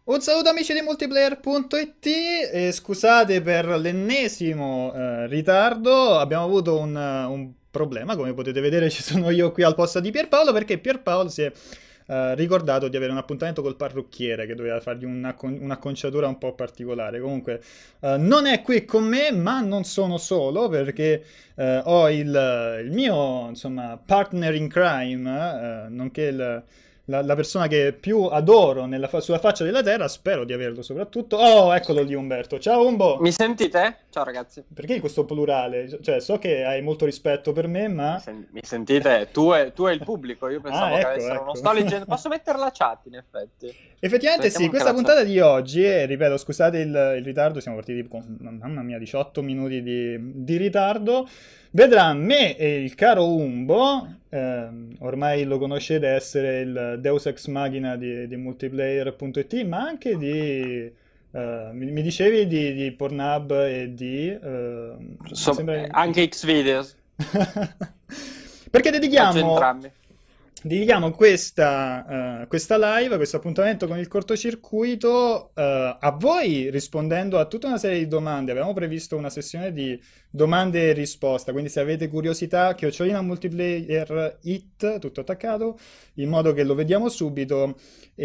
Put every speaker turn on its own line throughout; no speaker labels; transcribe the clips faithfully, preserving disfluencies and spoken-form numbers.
Un saluto amici di multiplayer punto it e scusate per l'ennesimo eh, ritardo, abbiamo avuto un, eh, un problema, come potete vedere ci sono io qui al posto di Pierpaolo perché Pierpaolo si è eh, ricordato di avere un appuntamento col parrucchiere che doveva fargli un'accon- un'acconciatura un po' particolare. Comunque eh, non è qui con me, ma non sono solo perché eh, ho il, il mio insomma, partner in crime, eh, nonché il la, la persona che più adoro nella fa- sulla faccia della terra, spero di averlo soprattutto. Oh, eccolo lì Umberto. Ciao Umbo!
Mi sentite? Ciao ragazzi.
Perché questo plurale? Cioè, so che hai molto rispetto per me,
Mi,
ma...
sen- mi sentite? Tu e, tu e il pubblico. Io
Ah,
pensavo che
ecco,
avessero uno.
ecco.
Sto leggendo. Posso mettere la chat in effetti?
Effettivamente
Mettiamo
sì,
anche
questa
la chat.
puntata di oggi, e ripeto, scusate il, il ritardo, siamo partiti con, mamma mia, diciotto minuti di, di ritardo, vedrà me e il caro Umbo, ehm, ormai lo conoscete essere il Deus Ex Machina di, di multiplayer punto it, ma anche di... eh, mi, mi dicevi di, di Pornhub e di... eh, mi
So-
sembra...
eh, anche Xvideos.
Perché
Faccio
dedichiamo,
entrambi.
dedichiamo questa, eh, questa live, questo appuntamento con il cortocircuito, eh, a voi rispondendo a tutta una serie di domande. Avevamo previsto una sessione di domande e risposta, quindi se avete curiosità, chiocciolina multiplayer it, tutto attaccato, in modo che lo vediamo subito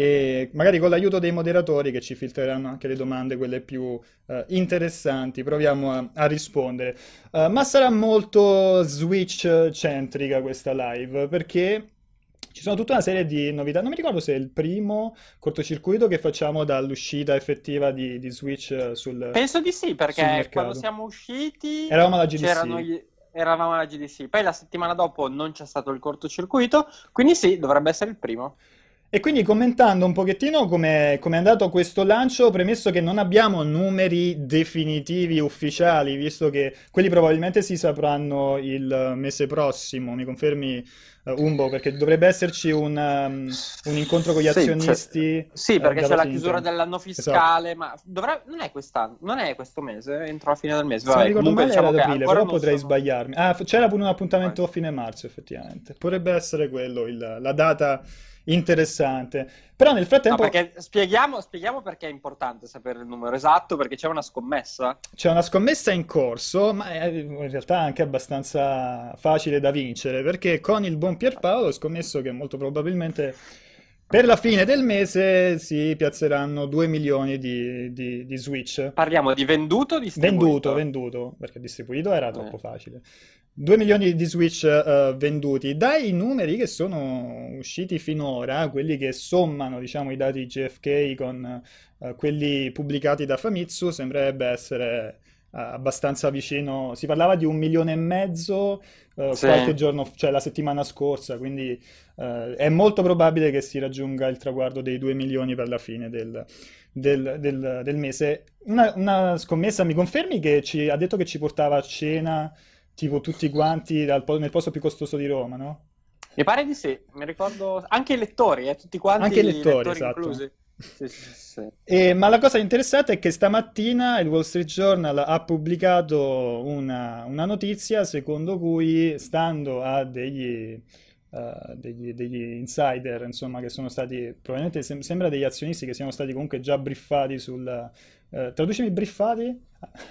e magari con l'aiuto dei moderatori che ci filtreranno anche le domande, quelle più eh, interessanti, proviamo a, a rispondere. Uh, ma sarà molto Switch centrica questa live perché ci sono tutta una serie di novità. Non mi ricordo se è il primo cortocircuito che facciamo dall'uscita effettiva di, di Switch eh, sul,
Penso di sì,
sul
perché quando
mercato.
siamo usciti
Eravamo alla
c'erano
G D C.
gli... eravamo alla G D C. Poi la settimana dopo non c'è stato il cortocircuito, quindi sì, dovrebbe essere il primo.
E quindi commentando un pochettino come come è andato questo lancio, premesso che non abbiamo numeri definitivi ufficiali, visto che quelli probabilmente si sapranno il mese prossimo, mi confermi, eh, Umbo, perché dovrebbe esserci un, um, un incontro con gli
Sì, c'è-
azionisti,
sì,
eh,
perché
da
c'è la
parte di
chiusura
Nintendo.
dell'anno
Esatto.
fiscale, ma dovrebbe... non è quest'anno, non è questo mese, entro la fine del mese.
Se non
Vabbè,
ricordo
comunque
male era
diciamo
ad
che
aprile,
ancora
però
non
potrei
sono...
sbagliarmi. Ah, f- c'era pure un
Può
appuntamento a
essere.
fine marzo, effettivamente. Potrebbe essere quello, il- la data interessante. Però nel
No,
frattempo
perché spieghiamo, spieghiamo perché è importante sapere il numero esatto, perché c'è una scommessa.
c'è una scommessa in corso, ma è in realtà anche abbastanza facile da vincere, perché con il buon Pierpaolo ho scommesso che molto probabilmente per la fine del mese si piazzeranno due milioni di, di- di Switch.
Parliamo di venduto o
Venduto,
distribuito?
venduto, perché distribuito era
Eh.
troppo facile. due milioni di Switch eh, venduti. Dai numeri che sono usciti finora, quelli che sommano, diciamo, i dati G F K con eh, quelli pubblicati da Famitsu, sembrerebbe essere eh, abbastanza vicino. Si parlava di un milione e mezzo eh,
Sì.
qualche giorno, cioè la settimana scorsa, quindi eh, è molto probabile che si raggiunga il traguardo dei due milioni per la fine del, del- del- del mese. Una, una scommessa, mi confermi che ci, ha detto che ci portava a cena, tipo tutti quanti, dal po- nel posto più costoso di Roma, no?
Mi pare di sì, mi ricordo anche i lettori, eh, tutti
Anche i
quanti
lettori,
lettori
esatto.
inclusi. Sì, sì, sì, sì.
E- ma la cosa interessante è che stamattina il Wall Street Journal ha pubblicato una, una notizia secondo cui, stando a degli, eh, degli, degli insider, insomma, che sono stati, probabilmente sem- sembra degli azionisti che siano stati comunque già briefati sul... eh, traducimi briefati?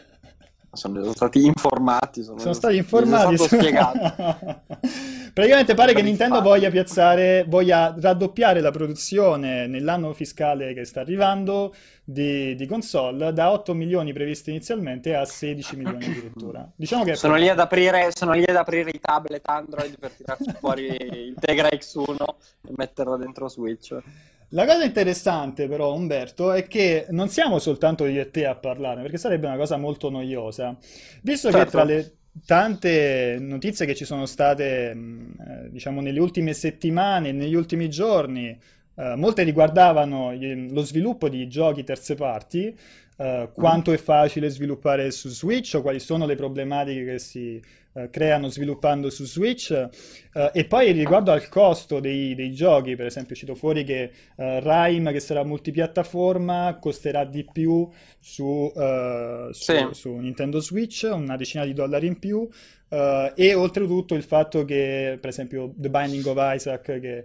Sono sono stati informati,
Sono
sono,
stati
gli è
informati.
stato
su-
spiegato.
Praticamente pare che Nintendo
Briefati.
voglia piazzare, voglia raddoppiare la produzione nell'anno fiscale che sta arrivando di, di console da otto milioni previsti inizialmente a sedici milioni addirittura. Diciamo che è
Sono lì ad
probabile.
aprire, sono lì ad aprire i tablet Android per tirarci fuori il Tegra X uno e metterlo dentro Switch.
La cosa interessante però, Umberto, è che non siamo soltanto io e te a parlare, perché sarebbe una cosa molto noiosa, visto che tra
Certo.
le tante notizie che ci sono state, mh, eh, diciamo, nelle ultime settimane, negli ultimi giorni, eh, molte riguardavano gli- lo sviluppo di giochi terze parti, eh,
Mhm.
quanto è facile sviluppare su Switch o quali sono le problematiche che si eh, creano sviluppando su Switch. Eh, e poi riguardo al costo dei, dei giochi, per esempio, cito fuori che eh, Rime, che sarà multipiattaforma, costerà di più su, eh,
Sì.
su- su Nintendo Switch, una decina di dollari in più. Eh, e oltretutto il fatto che, per esempio, The Binding of Isaac, che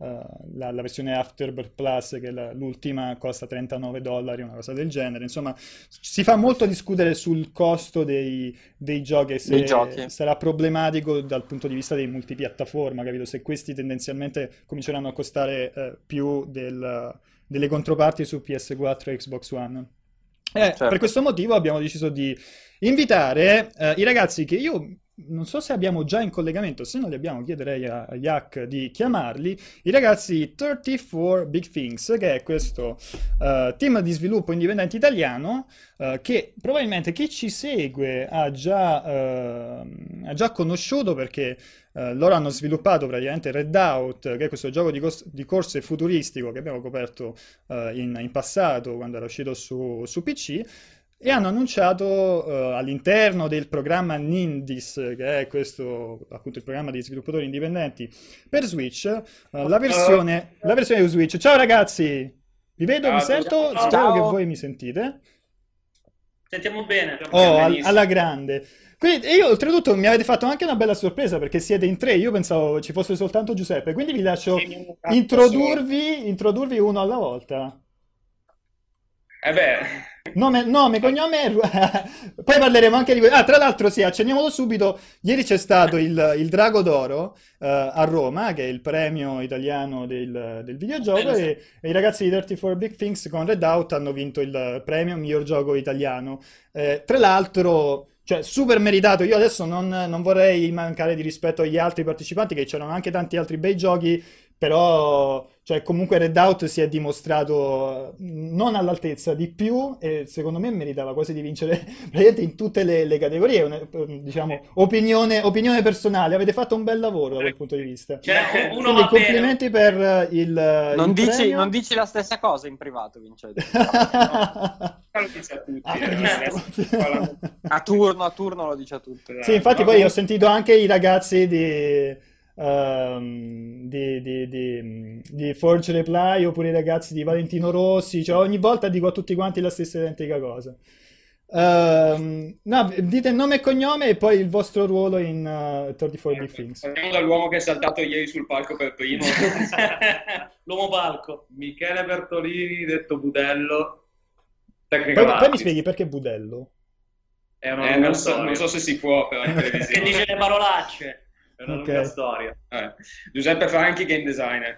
la, la versione Afterbirth Plus, che è la- l'ultima, costa trentanove dollari, una cosa del genere. Insomma, si fa molto discutere sul costo dei, dei giochi, e
Dei
se
giochi.
sarà problematico dal punto di vista dei multipiattaforma, capito? Se questi tendenzialmente cominceranno a costare eh, più del- delle controparti su P S quattro e Xbox One. Eh, per
Certo.
questo motivo abbiamo deciso di invitare eh, i ragazzi che io non so se abbiamo già in collegamento, se non li abbiamo chiederei a, a Yak di chiamarli, i ragazzi trentaquattro Big Things, che è questo eh, team di sviluppo indipendente italiano eh, che probabilmente chi ci segue ha già, eh, ha già conosciuto, perché eh, loro hanno sviluppato praticamente Redout, che è questo gioco di, cos- di corse futuristico che abbiamo coperto eh, in, in passato quando era uscito su, su P C. E hanno annunciato eh, all'interno del programma Nindis, che è questo appunto il programma di sviluppatori indipendenti per Switch, eh, la versione, la versione di Switch. Ciao ragazzi, vi vedo, vi
Ciao a tutti.
sento,
Ciao.
spero che
Ciao.
voi mi sentite.
Sentiamo bene.
Oh, al-
Benissimo.
alla grande. Quindi, e io oltretutto mi avete fatto anche una bella sorpresa perché siete in tre, io pensavo ci fosse soltanto Giuseppe, quindi vi lascio
Sì, mi manca
introdurvi, introdurvi uno alla volta.
Eh beh,
Nome, nome, cognome, poi parleremo anche di questo. Ah, tra l'altro, sì, accenniamolo subito. Ieri c'è stato il, il Drago d'Oro eh, a Roma, che è il premio italiano del, del videogioco,
Eh, lo so.
e, e i ragazzi di trentaquattro Big Things con Redout hanno vinto il premio miglior gioco italiano. Eh, tra l'altro, cioè, super meritato. Io adesso non, non vorrei mancare di rispetto agli altri partecipanti, che c'erano anche tanti altri bei giochi, però, cioè, comunque Redout si è dimostrato eh, non all'altezza di più, e secondo me meritava quasi di vincere praticamente in tutte le, le categorie. Una- eh, diciamo, opinione, opinione personale. Avete fatto un bel lavoro da quel punto di vista.
Cioè, uno
Quindi
va bene.
complimenti per eh, il,
Non
il
dici,
premio.
non dici la stessa cosa in privato, Vincenzo.
lo dice a tutti.
Ah,
eh,
visto.
adesso parlando-
A turno, a turno lo dice a tutti.
Sì, infatti
No,
poi ho
comunque-
sentito anche i ragazzi di, ehm, di, di, di- di Forge Reply, oppure i ragazzi di Valentino Rossi, cioè ogni volta dico a tutti quanti la stessa identica cosa. Ehm, no, dite nome e cognome e poi il vostro ruolo in uh, trentaquattro Big Things.
Partiamo dall'uomo che è saltato ieri sul palco per primo.
L'uomo palco.
Michele Bertolini, detto Budello,
Poi,
technical
poi mi
artist.
spieghi perché Budello?
È una Eh, non, so, non so se si può, però in
Che
televisione.
dice le parolacce.
È una
Ok.
lunga storia. Eh. Giuseppe Franchi, game designer.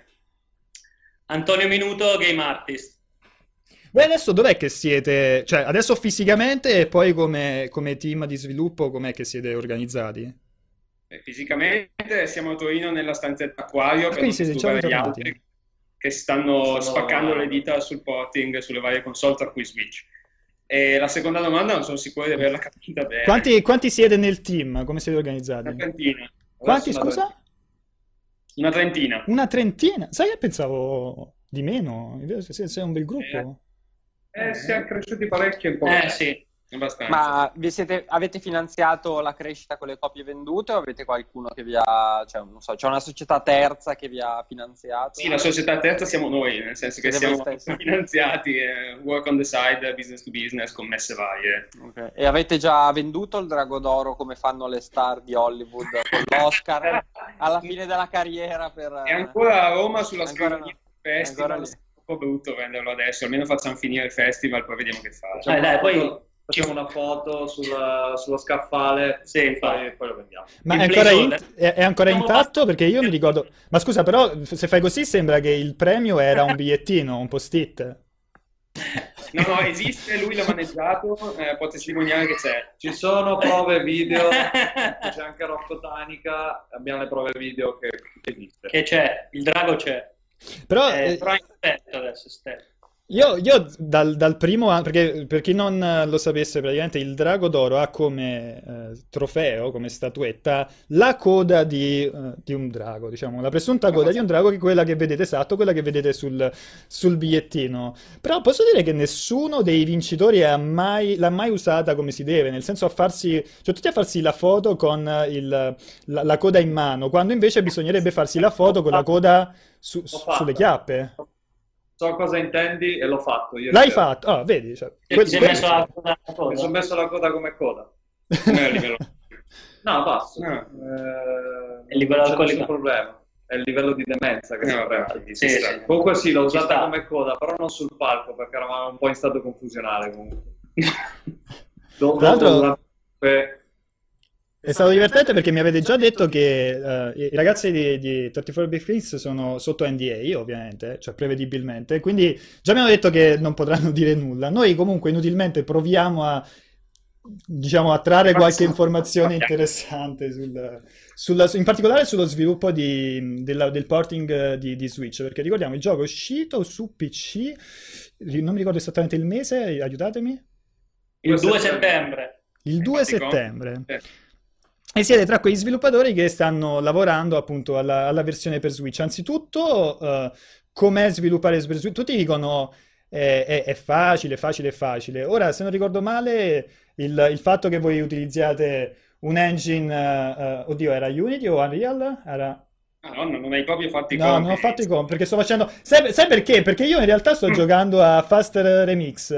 Antonio Minuto, game artist.
Voi adesso dov'è che siete? Cioè, adesso fisicamente e poi come, come team di sviluppo, com'è che siete organizzati?
Eh, Fisicamente siamo a Torino nella stanzetta Acquario,
Ah,
per
quindi
non
siete già
disturbare gli
ritornati.
altri che stanno
Sono-
spaccando le dita sul porting sulle varie console, tra cui Switch. E la seconda domanda non sono sicuro di averla capita bene.
Quanti, quanti siete nel team? Come siete
Una
organizzati?
trentina.
Quanti,
Adesso una
scusa?
trentina. Una trentina.
Una trentina? Sai che pensavo di meno? Invece sei sei un bel gruppo.
Eh, siamo cresciuti parecchio in poco.
Eh sì.
Abbastanza.
Ma vi siete, avete finanziato la crescita con le copie vendute o avete qualcuno che vi ha, cioè, non so, c'è una società terza che vi ha finanziato?
Sì, la società terza siamo noi, nel senso che
Siete voi
siamo
stessi.
finanziati, eh, work on the side, business to business, commesse varie.
Ok. E avete già venduto il Drago d'Oro come fanno le star di Hollywood con l'Oscar alla fine della carriera per...
È ancora a Roma sulla
Ancora
scrivania
no.
del festival,
Ancora lì.
è un po' brutto venderlo adesso, almeno facciamo finire il festival, poi vediamo che fa.
Dai, dai, poi...
Facciamo una foto sulla- sullo scaffale
Sì,
e
infatti.
poi, poi lo vendiamo.
Ma
Il
è ancora,
placeholder.
int- è- è ancora
Siamo
intatto?
bast-
Perché io mi ricordo... Ma scusa, però se fai così sembra che il premio era un bigliettino, un post-it.
No, no, esiste, lui l'ha maneggiato, eh, può testimoniare che c'è.
Ci sono prove video, c'è anche Rocco Tanica, abbiamo le prove video che, che esiste.
Che c'è, il drago c'è.
Però
Eh,
eh,
però è in step adesso, step.
io, io dal, dal primo anno, perché per chi non eh, lo sapesse, praticamente il Drago d'Oro ha come eh, trofeo, come statuetta, la coda di, eh, di un drago, diciamo, la presunta coda di un drago, che è quella che vedete, esatto, quella che vedete sul, sul bigliettino. Però posso dire che nessuno dei vincitori ha mai, l'ha mai usata come si deve, nel senso a farsi, cioè tutti a farsi la foto con eh, il, la, la coda in mano, quando invece bisognerebbe farsi la foto con la coda su- su-
fatta.
sulle chiappe.
So cosa intendi e l'ho fatto. Ieri
L'hai
sera.
fatto? Ah, vedi, cioè,
Ti
quel-
sei
quel-
messo la, la
Mi
cosa.
sono messo la coda come coda.
Non è a livello.
No, basta.
Ah.
Eh,
Il livello
non c'è
alcolico.
nessun problema. è il livello di demenza che si
No,
prende.
beh,
Sì,
ci
sì.
sta.
Comunque sì, l'ho
Ci
usata
sta.
come coda, però non sul palco perché eravamo un po' in stato confusionale comunque. Dopo,
Tra l'altro-
durante-
È stato divertente perché mi avete già detto che eh, i ragazzi di, di trentaquattro Bit Freaks sono sotto N D A, ovviamente, cioè prevedibilmente, quindi già mi hanno detto che non potranno dire nulla. Noi comunque inutilmente proviamo a, diciamo, a trarre qualche informazione interessante, sul, sulla- in particolare sullo sviluppo di- della- del porting eh, di, di Switch, perché ricordiamo il gioco è uscito su P C, non mi ricordo esattamente il mese, aiutatemi,
Il due settembre.
il due
Infatti, com-
settembre.
eh.
E siete tra quegli sviluppatori che stanno lavorando appunto alla, alla versione per Switch. Anzitutto, eh, com'è sviluppare per Switch? Tutti dicono eh, è, è facile, facile, facile. Ora, se non ricordo male, il, il fatto che voi utilizziate un engine, eh, eh, oddio, era Unity o Unreal? Era...
Ah, no, non hai proprio fatto i
No,
conti.
non ho fatto i compiti perché sto facendo... Sai, sai perché? Perché io in realtà sto giocando a Faster Remix.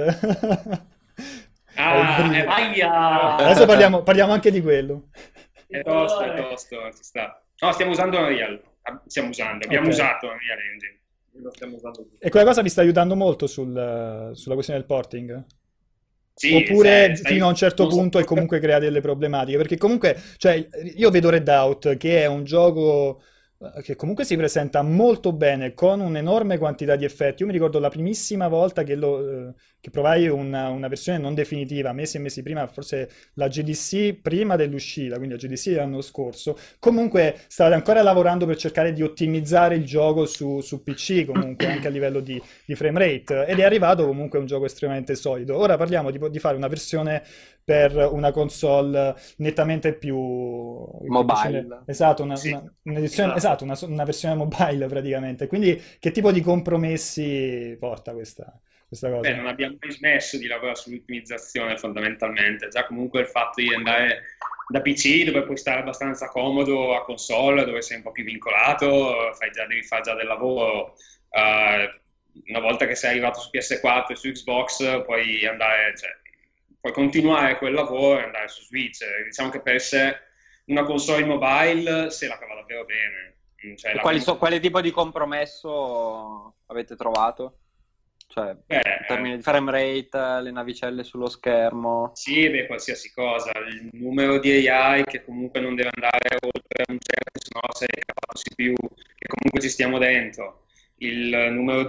Ah,
Ho il brivido.
eh,
Aia!
Adesso parliamo, parliamo anche di quello.
È tosto, è tosto, ci sta. No, stiamo usando Unreal. Ah, Stiamo usando, abbiamo
Ok.
usato Unreal Engine.
lo stiamo usando tutti.
E quella cosa vi sta aiutando molto sul- sulla questione del porting?
Sì,
Oppure
sai- sai-
fino a un certo
non so-
punto e comunque crea delle problematiche? Perché comunque, cioè, io vedo Redout che è un gioco eh, che comunque si presenta molto bene, con un'enorme quantità di effetti. Io mi ricordo la primissima volta che, lo, eh, che provai una, una versione non definitiva, mesi e mesi prima, forse la G D C prima dell'uscita, quindi la G D C dell'anno scorso. Comunque stavate ancora lavorando per cercare di ottimizzare il gioco su, su P C, comunque anche a livello di, di frame rate, ed è arrivato comunque un gioco estremamente solido. Ora parliamo di, di fare una versione per una console nettamente più
Mobile.
esatto, una,
Sì.
una- un'edizione,
Esatto.
esatto, una, una versione mobile praticamente. Quindi che tipo di compromessi porta questa, questa cosa?
Beh, non abbiamo mai smesso di lavorare sull'ottimizzazione fondamentalmente. Già comunque il fatto di andare da P C dove puoi stare abbastanza comodo a console, dove sei un po' più vincolato, fai già, devi fare già del lavoro. Eh, una volta che sei arrivato su P S quattro e su Xbox puoi andare, cioè, puoi continuare quel lavoro e andare su Switch. Eh, Diciamo che per sé una console mobile se la cava davvero bene. Cioè,
E
la-
quali so- quale tipo di compromesso avete trovato? Cioè,
Beh,
in termini di frame rate, le navicelle sullo schermo.
Sì, beh, qualsiasi cosa, il numero di A I che comunque non deve andare oltre un certo, se no sei cavato C P U, che comunque ci stiamo dentro, il numero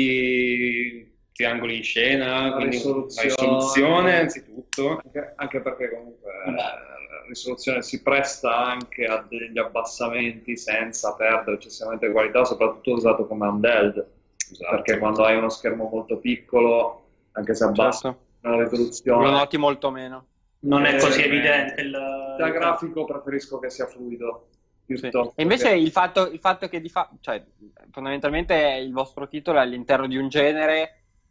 di triangoli in scena,
La
quindi
risoluzione.
la risoluzione anzitutto.
Anche, anche perché comunque eh, la risoluzione si presta anche a degli abbassamenti senza perdere eccessivamente qualità, soprattutto usato come handheld,
Esatto.
perché quando hai uno schermo molto piccolo, anche se abbassa
Certo.
la
Lo
risoluzione,
noti molto meno.
Non è così
Eh,
evidente il...
da grafico preferisco che sia fluido
Sì.
piuttosto
E invece
che-
il fatto, il fatto che di fa- cioè, fondamentalmente il vostro titolo è all'interno di un genere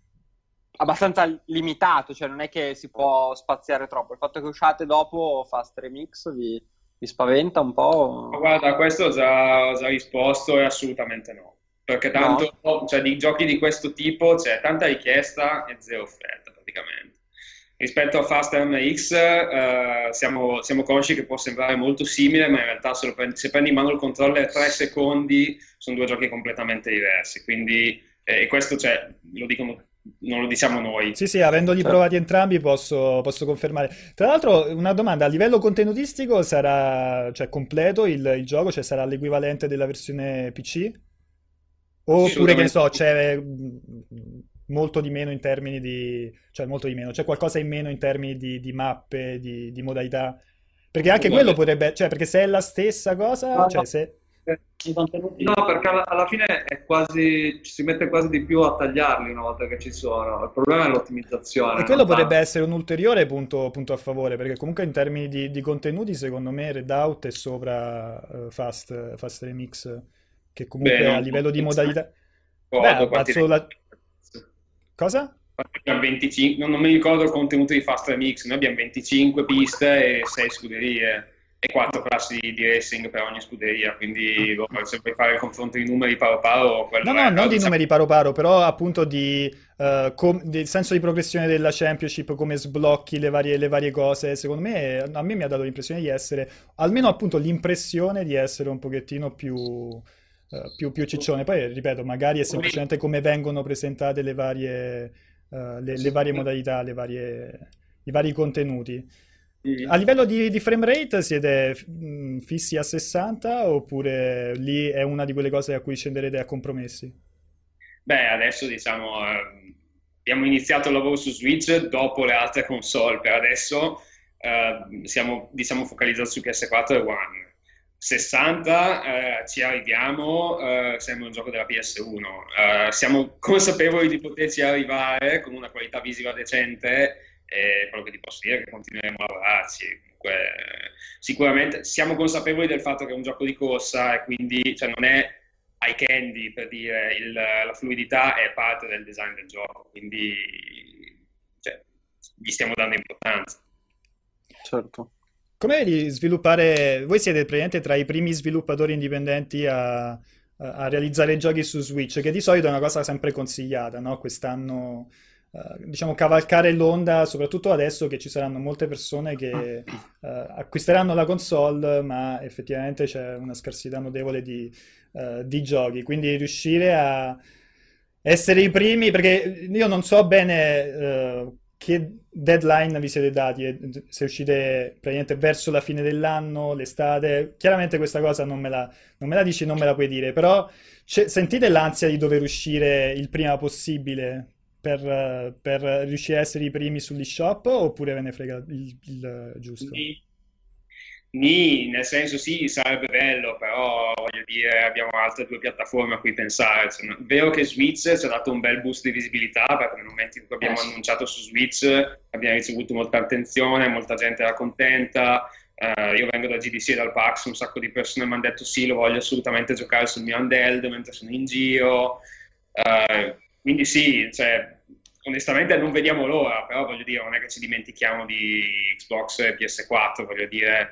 abbastanza limitato, cioè non è che si può spaziare troppo. Il fatto che usciate dopo Fast Remix vi, vi spaventa un po'?
Ma guarda, a questo ho già, ho già risposto e assolutamente no, perché tanto cioè, di giochi di questo tipo c'è tanta richiesta e zero offerta praticamente. Rispetto a Fast M X eh, siamo, siamo consci che può sembrare molto simile, ma in realtà se, lo prendi, se prendi in mano il controller tre secondi sono due giochi completamente diversi, quindi eh, e questo cioè, lo dicono, non lo diciamo noi.
Sì, sì, avendoli
Certo.
provati entrambi posso, posso confermare. Tra l'altro, una domanda, a livello contenutistico sarà, cioè, completo il, il gioco, cioè sarà l'equivalente della versione P C? Oppure, che ne so, c'è mm, molto di meno in termini di... cioè molto di meno, c'è qualcosa in meno in termini di, di mappe, di, di modalità? Perché anche quello potrebbe, cioè, perché se è la stessa cosa,
No,
cioè
no.
se...
I contenuti...
No, perché alla, alla fine è quasi, ci si mette quasi di più a tagliarli una volta che ci sono. Il problema è l'ottimizzazione.
E quello
non
potrebbe
tanto.
essere un ulteriore punto, punto a favore, perché comunque in termini di, di contenuti, secondo me, Redout è sopra eh, Fast, Fast Remix, che comunque
Beh,
a
non-
livello di
non-
modalità...
Ricordo
Beh,
quanti-
abbazzo la... Cosa?
Abbiamo venticinque, non, non mi ricordo il contenuto di Fast Remix, noi abbiamo venticinque piste e sei scuderie e quattro classi di, di racing per ogni scuderia, quindi boh, se vuoi fare il confronto di numeri paro paro, quello
No,
è,
no, non
però
di
diciamo-
numeri paro paro, però appunto di, eh, com- del senso di progressione della Championship, come sblocchi le varie, le varie cose. Secondo me, a me mi ha dato l'impressione di essere, almeno appunto l'impressione di essere un pochettino più, eh, più, più ciccione. Poi, ripeto, magari è semplicemente come vengono presentate le varie, eh, le, le varie modalità, le varie, i vari contenuti.
Mm.
A livello di, di frame rate siete mh, fissi a sessanta oppure lì è una di quelle cose a cui scenderete a compromessi?
Beh, adesso diciamo, eh, abbiamo iniziato il lavoro su Switch dopo le altre console, per adesso eh, siamo diciamo focalizzati su P S quattro e One. sessanta eh, ci arriviamo, eh, sembra un gioco della P S uno. Eh, siamo consapevoli di poterci arrivare con una qualità visiva decente. E quello che ti posso dire è che continueremo a lavorarci. Comunque, eh, sicuramente siamo consapevoli del fatto che è un gioco di corsa e quindi cioè, non è eye candy, per dire, il, la fluidità è parte del design del gioco, quindi cioè, gli stiamo dando importanza.
Certo.
Come vedi sviluppare? Voi siete praticamente tra i primi sviluppatori indipendenti a, a- a realizzare giochi su Switch, che di solito è una cosa sempre consigliata, no? Quest'anno, eh, diciamo, cavalcare l'onda, soprattutto adesso che ci saranno molte persone che eh, acquisteranno la console, ma effettivamente c'è una scarsità notevole di, eh, di giochi. Quindi riuscire a essere i primi, perché io non so bene eh, che deadline vi siete dati, eh, se uscite praticamente verso la fine dell'anno, l'estate. Chiaramente questa cosa non me la, non me la dici, non me la puoi dire, però c'è- sentite l'ansia di dover uscire il prima possibile per, eh, per riuscire a essere i primi sugli shop, oppure ve ne frega il, il giusto?
Ni, ni, nel senso sì, sarebbe bello, però voglio dire, abbiamo altre due piattaforme a cui pensare. Cioè, è vero che Switch ci ha dato un bel boost di visibilità, perché nel momento in cui abbiamo
Eh sì.
annunciato su Switch abbiamo ricevuto molta attenzione, molta gente era contenta. Eh, io vengo da G D C e dal PAX, un sacco di persone mi hanno detto sì, lo voglio assolutamente giocare sul mio handheld mentre sono in giro. Eh, quindi sì, cioè, onestamente non vediamo l'ora, però voglio dire, non è che ci dimentichiamo di Xbox e P S quattro, voglio dire,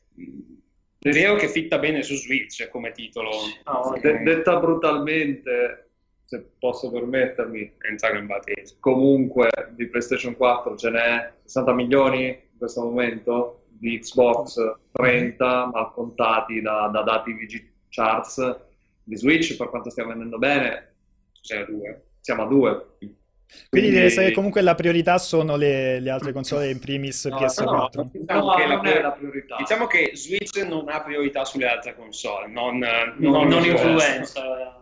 mh, è vero che fitta bene su Switch come titolo,
No,
De- detta brutalmente, se posso permettermi,
entrare in battesimo.
comunque di PlayStation quattro ce n'è sessanta milioni in questo momento, di Xbox trenta, mal contati da, da dati V G Charts, di Switch per quanto stia vendendo bene,
Cioè, due.
siamo a due.
Quindi direi che comunque la priorità sono le, le altre console, in primis
No,
P S quattro.
no, diciamo
No,
che la
non è la priorità.
Diciamo che Switch non ha priorità sulle altre console, non, non,
non, non
influenza.
influenza.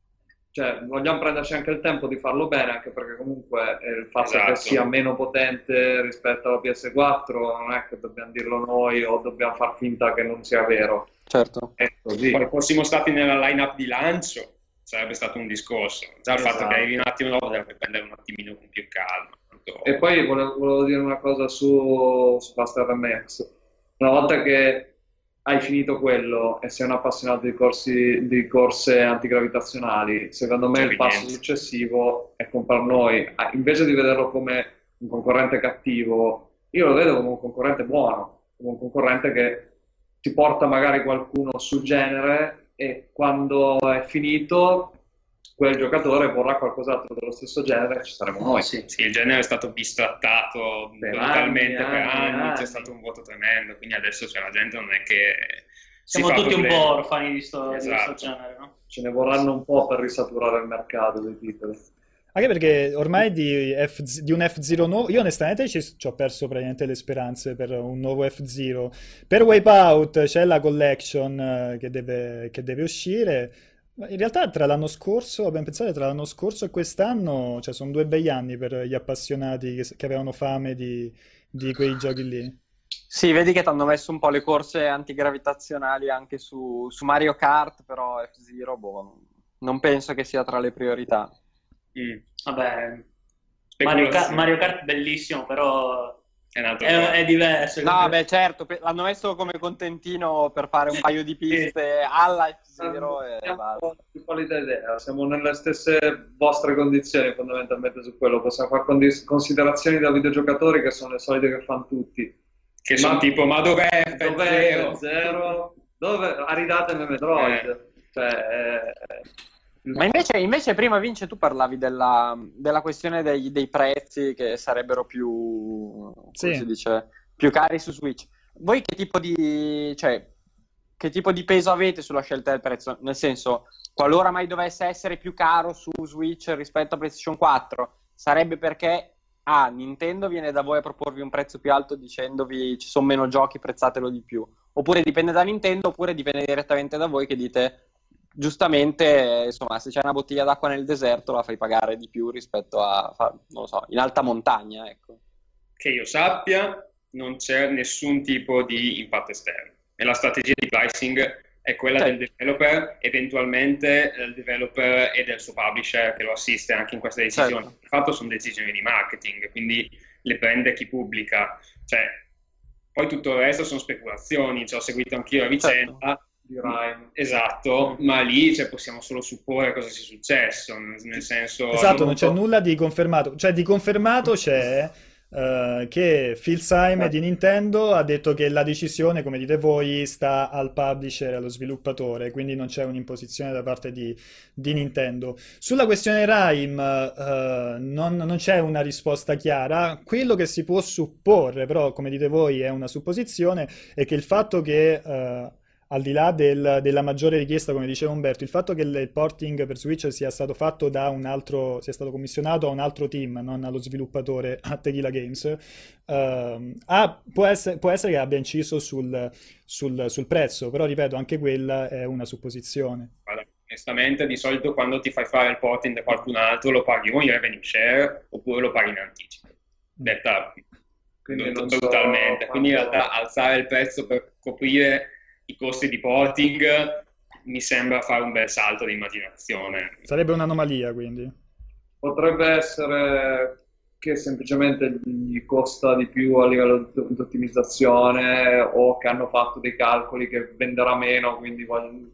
Cioè, vogliamo prenderci anche il tempo di farlo bene, anche perché comunque eh, il fatto
Esatto.
che sia meno potente rispetto alla P S quattro non è che dobbiamo dirlo noi o dobbiamo far finta che non sia vero.
Certo.
È così.
Poi fossimo stati nella line-up di lancio sarebbe stato un discorso. Già il fatto
Esatto.
che arrivi un attimo dopo deve prendere un attimino con più calma. Tanto-
E poi volevo, volevo dire una cosa su, su Faster M X. Una volta che hai finito quello e sei un appassionato di corsi, di corse antigravitazionali, secondo me
È
il passo
evidente.
successivo è comprare noi. Ah, invece di vederlo come un concorrente cattivo, io lo vedo come un concorrente buono, come un concorrente che ti porta magari qualcuno sul genere e quando è finito quel giocatore vorrà qualcos'altro dello stesso genere e ci saremo noi.
Sì.
Sì, il genere è stato bistrattato
Per
brutalmente
anni,
per
anni,
anni,
anni.
c'è stato un voto tremendo, quindi adesso cioè, la gente non è che si
Siamo
fa
tutti
problemi.
un po' orfani di sto, di
Esatto.
questo genere, no?
Ce ne vorranno un po' per risaturare il mercato dei titoli.
Anche perché ormai di, F- di un F Zero nuovo, io onestamente ci, ci ho perso praticamente le speranze per un nuovo F Zero. Per Wipeout c'è la collection eh, che deve, che deve uscire. Ma in realtà tra l'anno scorso, ben pensate, tra l'anno scorso e quest'anno, cioè sono due bei anni per gli appassionati che, che avevano fame di, di quei giochi lì.
Sì, vedi che ti hanno messo un po' le corse antigravitazionali anche su, su Mario Kart, però F-Zero, boh, non penso che sia tra le priorità.
Mm.
Vabbè, Mario
Speculazioni.
Kart, Mario Kart bellissimo, però
È un altro
è,
gioco.
è diverso.
No, beh, certo, pe- l'hanno messo come contentino per fare un paio di piste alla F-Zero e
Siamo
basta.
più pallida idea, siamo nelle stesse vostre condizioni fondamentalmente su quello, possiamo fare condi- considerazioni da videogiocatori che sono le solite che fanno tutti.
Che sono
Ma-
tipo, ma dov'è
Dov'è
F zero?
zero? Dove? Aridatemi Metroid. Cioè, eh,
Ma invece, invece prima, Vince, tu parlavi della, della questione dei, dei prezzi che sarebbero più, come
Sì.
si dice, più cari su Switch. Voi che tipo di, cioè, che che tipo di peso avete sulla scelta del prezzo? Nel senso, qualora mai dovesse essere più caro su Switch rispetto a PlayStation quattro, sarebbe perché ah, Nintendo viene da voi a proporvi un prezzo più alto dicendovi ci sono meno giochi, prezzatelo di più, oppure dipende da Nintendo, oppure dipende direttamente da voi che dite giustamente, insomma, se c'è una bottiglia d'acqua nel deserto la fai pagare di più rispetto a, non lo so, in alta montagna, ecco.
Che io sappia, non c'è nessun tipo di impatto esterno e la strategia di pricing è quella
Sì.
del developer, eventualmente del developer e del suo publisher che lo assiste anche in queste decisioni.
Certo.
Di fatto sono decisioni di marketing, quindi le prende chi pubblica. Cioè, poi tutto il resto sono speculazioni, cioè, ho seguito anch'io la vicenda,
Certo.
Di Rime.
esatto, ma lì cioè, possiamo solo supporre cosa sia successo, nel, nel senso...
Esatto, non c'è
avuto-
nulla di confermato. Cioè, di confermato c'è eh, che Phil Simon di Nintendo ha detto che la decisione, come dite voi, sta al publisher e allo sviluppatore, quindi non c'è un'imposizione da parte di, di Nintendo. Sulla questione Rime eh, non, non c'è una risposta chiara. Quello che si può supporre, però, come dite voi, è una supposizione, è che il fatto che... eh, al di là del- della maggiore richiesta, come diceva Umberto, il fatto che il porting per Switch sia stato fatto da un altro, sia stato commissionato a un altro team, non allo sviluppatore, a Tequila Games, ehm, ha- può essere, può essere che abbia inciso sul, sul- sul prezzo, però ripeto, anche quella è una supposizione.
Guarda, onestamente, di solito quando ti fai fare il porting da qualcun altro lo paghi o in revenue share oppure lo paghi in anticipo. Detta
Quindi non so
brutalmente. Quindi in
quanto-
realtà alzare il prezzo per coprire i costi di porting mi sembra fare un bel salto di immaginazione.
Sarebbe un'anomalia, quindi.
Potrebbe essere che semplicemente gli costa di più a livello di di ottimizzazione o che hanno fatto dei calcoli che venderà meno, quindi vogliono...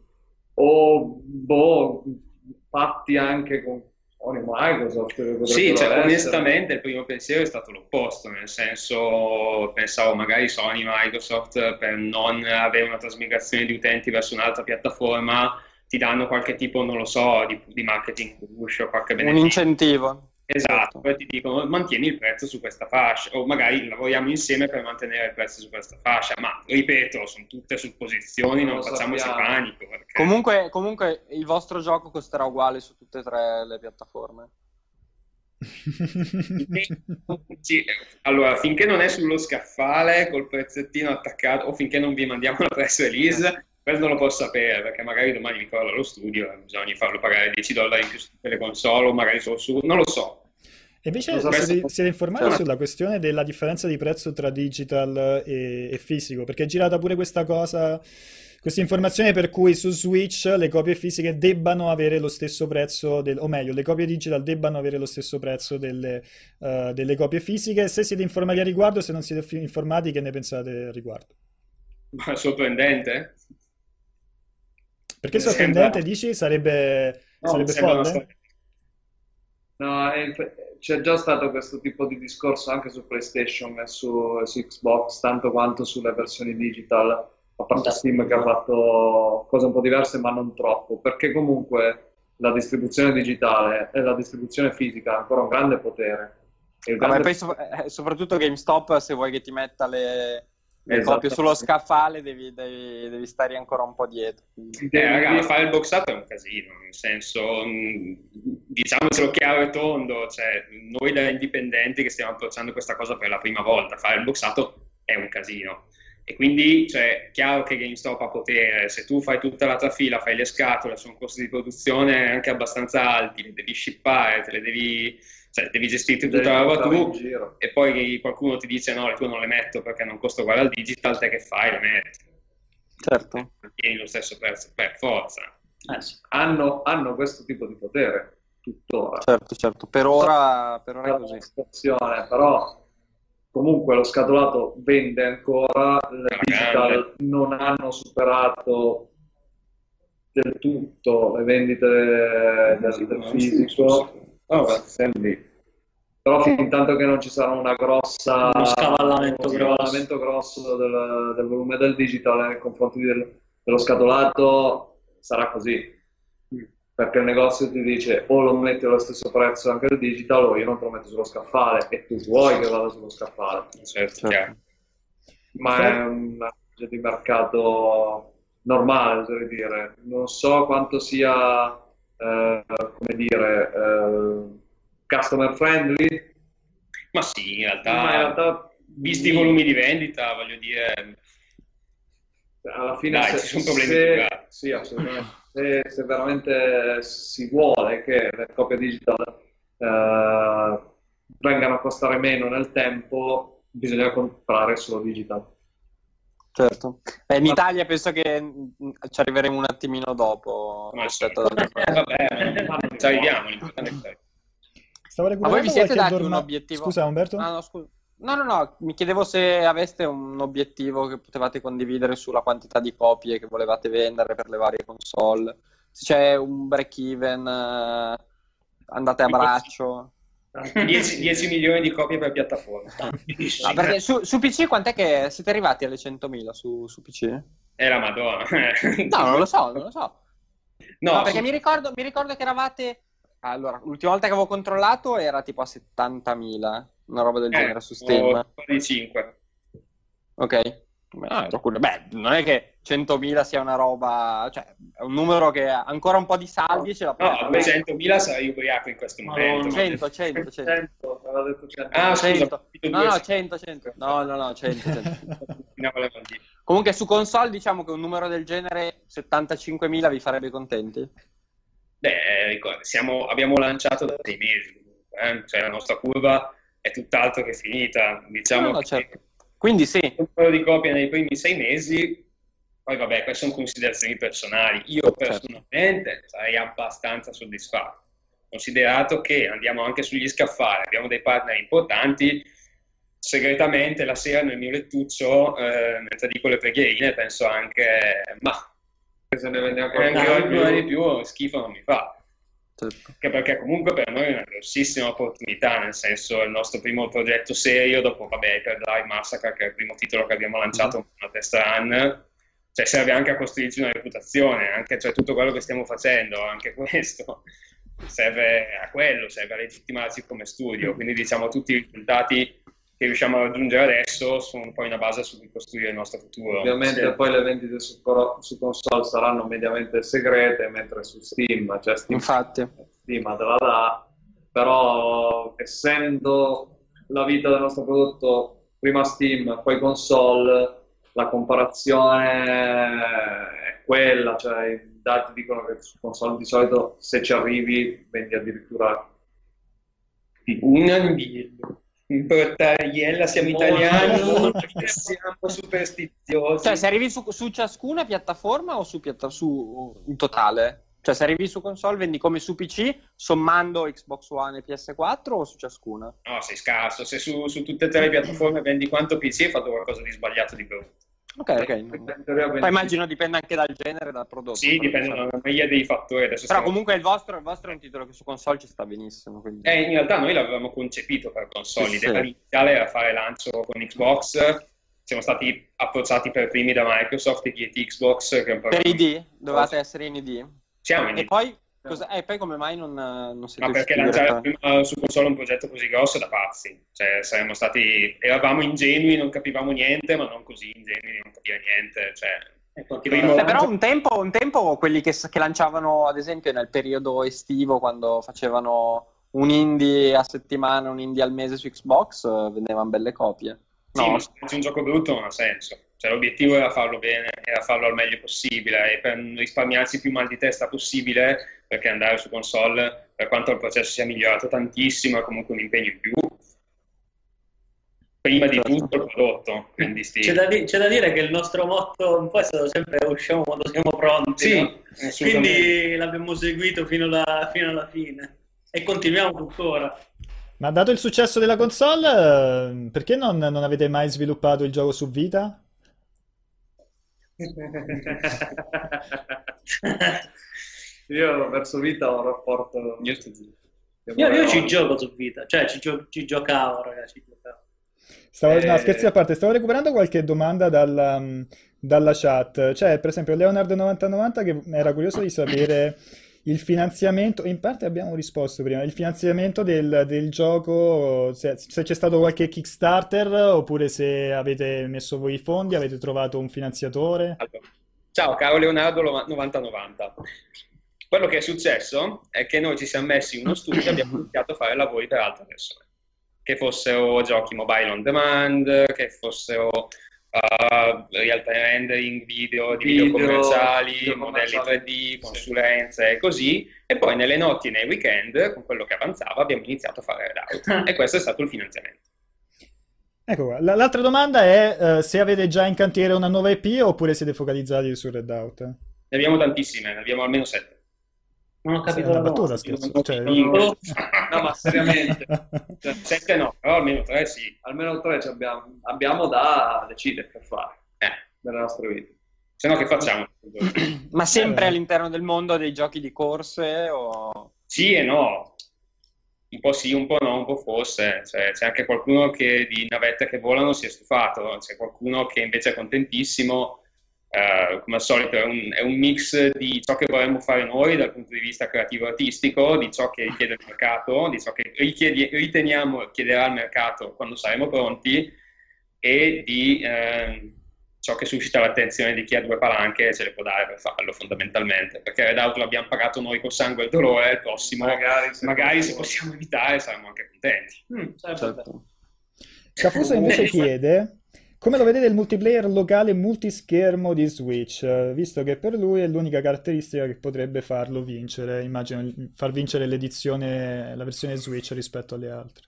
o boh, fatti anche con Sony o Microsoft. che
Sì,
potrebbero
cioè,
essere.
onestamente il primo pensiero è stato l'opposto, nel senso pensavo magari Sony, Microsoft per non avere una trasmigrazione di utenti verso un'altra piattaforma ti danno qualche tipo, non lo so, di, di marketing push o qualche
Un
beneficio.
incentivo.
Esatto, poi ti dicono mantieni il prezzo su questa fascia o magari lavoriamo insieme per mantenere il prezzo su questa fascia, ma ripeto, sono tutte supposizioni,
Non
non
lo
facciamoci
sappiamo.
panico. Perché...
Comunque, comunque il vostro gioco costerà uguale su tutte e tre le piattaforme.
Sì, allora, finché non è sullo scaffale col prezzettino attaccato o finché non vi mandiamo la press release, questo non lo posso sapere perché magari domani mi crolla lo studio e bisogna farlo pagare dieci dollari in più su tutte le console o magari solo su... non lo so.
E invece
Lo so,
siete,
questo-
siete informati
Cioè-
sulla questione della differenza di prezzo tra digital e, e fisico? Perché è girata pure questa cosa, questa informazione per cui su Switch le copie fisiche debbano avere lo stesso prezzo, del, o meglio, le copie digital debbano avere lo stesso prezzo delle, eh, delle copie fisiche. Se siete informati a riguardo, se non siete fi- informati, che ne pensate a riguardo?
Ma è sorprendente?
Perché
Mi
sorprendente,
sembra-
dici? Sarebbe,
No,
sarebbe
mi sembra una
folle?
storia-
No, e inf- c'è già stato questo tipo di discorso anche su PlayStation e su, su Xbox, tanto quanto sulle versioni digital, a parte Steam che ha fatto cose un po' diverse ma non troppo, perché comunque la distribuzione digitale e la distribuzione fisica ha ancora un grande potere. E il
Vabbè,
grande-
poi so- eh, soprattutto GameStop, se vuoi che ti metta le, le
Esatto.
copie sullo scaffale, devi, devi, devi stare ancora un po' dietro.
Eh, raga, fare il boxato è un casino, nel senso, mh, diciamocelo chiaro e tondo, cioè, noi da indipendenti che stiamo approcciando questa cosa per la prima volta, fare il boxato è un casino. E quindi, cioè, chiaro che GameStop ha potere, se tu fai tutta la trafila, fai le scatole, sono costi di produzione anche abbastanza alti, le devi shippare, te le devi, cioè, devi gestirti
Devi
tutta la roba
portare in
tu,
giro.
e poi qualcuno ti dice no, le tue non le metto perché non costa uguale al digital, te che fai? Le metti.
Certo.
Mantieni lo stesso prezzo per forza.
Eh, sì.
hanno, hanno questo tipo di potere tuttora.
Certo, certo. Per ora, per ora è così.
Situazione, però comunque lo scatolato vende ancora, le digital non hanno superato del tutto le vendite del, del fisico.
Oh,
Quindi, però fin tanto che non ci sarà una grossa
Uno scavallamento
uno
grosso.
scavallamento grosso del, del volume del digital nei confronti del- dello scatolato, sarà così, perché il negozio ti dice o lo metti allo stesso prezzo anche il digital o io non te lo metto sullo scaffale e tu vuoi che vada sullo scaffale,
certo, chiaro.
ma è una legge di mercato normale, oserei dire. Non so quanto sia, eh, come dire, eh, customer friendly,
Ma sì, in
ma in
realtà,
realtà
visti i
lì,
volumi di vendita, voglio dire,
alla fine,
dai,
se,
ci sono problemi più
se-
gravi.
sì, assolutamente. Se, se veramente si vuole che le copie digital eh, vengano a costare meno nel tempo, bisogna comprare solo digital.
Certo. Eh, in
Ma
Italia penso che mm, ci arriveremo un attimino dopo
Come al
rispetto
solito.
ad altre
Eh,
parti.
vabbè,
fanno
ci
di buono.
arriviamo, l'importante è che ci arriviamo.
Stavo
Ma voi vi
recuperando
siete
qualche
dati un
dorma...
obiettivo?
Scusa, Umberto?
Ah, no, scusa. No, no, no, mi chiedevo se aveste un obiettivo che potevate condividere sulla quantità di copie che volevate vendere per le varie console. Se c'è un break-even, eh, andate a braccio.
dieci, dieci milioni di copie per piattaforma.
No, perché su, su P C quant'è che siete arrivati alle centomila su, su P C?
È la Madonna.
No, non lo so, non lo so.
No,
No, perché
su-
mi ricordo, mi ricordo che eravate... Allora, l'ultima volta che avevo controllato era tipo a settantamila, una roba del
eh,
genere su
ho
Steam.
un po' di cinque.
Ok. Ah, ero curioso. Beh, non è che centomila sia una roba... Cioè, è un numero che ha ancora un po' di saldi e ce la
No,
puoi
a
fare.
duecentomila sarei ubriaco in questo momento. ma-
cento, cento, cento.
cento, aveva detto cento.
Ah, scusa, ho
cento.
capito
No, no,
due-
cento, cento. No, no, no, cento, cento.
Finiamo le maldine.
Comunque su console diciamo che un numero del genere settantacinquemila vi farebbe contenti?
Beh, ricorda, siamo- abbiamo lanciato da sei mesi, comunque, eh? Cioè la nostra curva è tutt'altro che finita. Diciamo
No, no,
che
certo. Quindi sì.
un po' di copie nei primi sei mesi, poi vabbè, queste sono considerazioni personali. Io personalmente sarei abbastanza soddisfatto, considerato che andiamo anche sugli scaffali, abbiamo dei partner importanti. Segretamente la sera nel mio lettuccio, eh, mentre dico le preghierine, penso anche, ma
Se ne vende
anche
ancora
qualcuno
di
di
più.
più schifo non mi fa.
Certo.
Anche perché comunque per noi è una grossissima opportunità, nel senso è il nostro primo progetto serio dopo, vabbè, Hyperdrive Massacre, che è il primo titolo che abbiamo lanciato con una test run, cioè serve anche a costruirci una reputazione, anche cioè, tutto quello che stiamo facendo, anche questo serve a quello, serve a legittimarci come studio, quindi diciamo tutti i risultati che riusciamo a raggiungere adesso sono poi una base su cui costruire il nostro futuro.
Ovviamente
Sì.
poi le vendite su, coro- su console saranno mediamente segrete, mentre su Steam, cioè Steam,
Infatti.
Steam te la dà, però essendo la vita del nostro prodotto prima Steam, poi console, la comparazione è quella, cioè i dati dicono che su console di solito se ci arrivi vendi addirittura
Una in portariella, siamo
Molto,
italiani,
molto.
siamo superstiziosi.
Cioè, se arrivi su, su ciascuna piattaforma o su, piatta- su in totale? Cioè, se arrivi su console vendi come su P C, sommando Xbox One e P S quattro o su ciascuna?
No, sei scarso. Se su, su tutte e tre le piattaforme vendi quanto P C, hai fatto qualcosa di sbagliato di brutto.
Ok, ok.
in teoria
Poi
vendi-
immagino dipende anche dal genere e dal prodotto.
Sì, dipende da una meglio dei fattori. Adesso
Però
stiamo-
comunque il vostro, il vostro è un titolo che su console ci sta benissimo. Quindi...
Eh, in realtà noi l'avevamo concepito per console.
Sì,
L'idea
sì.
iniziale era fare lancio con Xbox. Siamo stati approcciati per primi da Microsoft e Get Xbox, che è un
Per
programma-
I D? Dovete essere in I D?
Siamo in
E poi, cosa- eh, poi come mai non, non siete
Ma perché
usciti
lanciare
diretta-
prima su console un progetto così grosso è da pazzi. Cioè, saremmo stati, eravamo ingenui, non capivamo niente, ma non così ingenui di non capire niente. Cioè, primo-
Beh, però un tempo, un tempo quelli che, che lanciavano, ad esempio, nel periodo estivo, quando facevano un indie a settimana, un indie al mese su Xbox, eh, vendevano belle copie.
Sì,
No,
ma se faccio un gioco brutto non ha senso. Cioè, l'obiettivo era farlo bene, era farlo al meglio possibile e per risparmiarsi più mal di testa possibile, perché andare su console, per quanto il processo sia migliorato tantissimo, è comunque un impegno in più. Prima di
Certo.
tutto il prodotto, quindi sti-
C'è da, di- c'è da dire che il nostro motto un po' è stato sempre usciamo quando siamo pronti,
Sì,
no?
assolutamente.
Quindi l'abbiamo seguito fino alla, fino alla fine e continuiamo tuttora.
Ma dato il successo della console, eh, perché non, non avete mai sviluppato il gioco su Vita?
Io verso Vita ho un rapporto...
Io sto zitto.
Io, io ci gioco su Vita, cioè ci, gio- ci giocavo, ragazzi, ci giocavo.
Stavo,
Eh,
no, scherzi a parte, stavo recuperando qualche domanda dalla, mm, dalla chat. C'è per esempio Leonardo novanta novanta che era curioso di sapere il finanziamento, in parte abbiamo risposto prima, il finanziamento del, del gioco, se, se c'è stato qualche Kickstarter oppure se avete messo voi i fondi, avete trovato un finanziatore.
Allora, Ciao caro Leonardo novanta novanta. Quello che è successo è che noi ci siamo messi in uno studio e abbiamo iniziato a fare lavori per altre persone, che fossero giochi mobile on demand, che fossero uh, real time rendering, video di video, video commerciali, video modelli tre D, consulenze e così, e poi nelle notti e nei weekend, con quello che avanzava, abbiamo iniziato a fare Redout e questo è stato il finanziamento.
Ecco qua. L- l'altra domanda è uh, se avete già in cantiere una nuova I P oppure siete focalizzati su Redout?
Ne abbiamo tantissime, ne abbiamo almeno sette.
Non ho capito
Sì,
la
una battuta,
domanda.
scherzo. Cioè...
No, ma seriamente.
Cioè, sette no, però almeno tre sì.
Almeno tre ci abbiamo, abbiamo da decidere per fare
eh.
nelle nostre vite.
Se no che facciamo?
Ma sempre all'interno del mondo dei giochi di corse o...
Sì e no. Un po' sì, un po' no, un po' forse. Cioè, c'è anche qualcuno che di navette che volano si è stufato, c'è qualcuno che invece è contentissimo. Uh, come al solito è un, è un mix di ciò che vorremmo fare noi dal punto di vista creativo-artistico, di ciò che richiede il mercato, di ciò che richiedi, riteniamo chiederà il mercato quando saremo pronti e di eh, ciò che suscita l'attenzione di chi ha due palanche e ce le può dare per farlo fondamentalmente, perché Redout l'abbiamo pagato noi col sangue e il dolore, il prossimo magari se, magari se possiamo evitare saremo anche contenti.
Mm, certo.
Cafuso invece chiede come lo vedete il multiplayer locale multischermo di Switch, visto che per lui è l'unica caratteristica che potrebbe farlo vincere, immagino far vincere l'edizione, la versione Switch rispetto alle altre.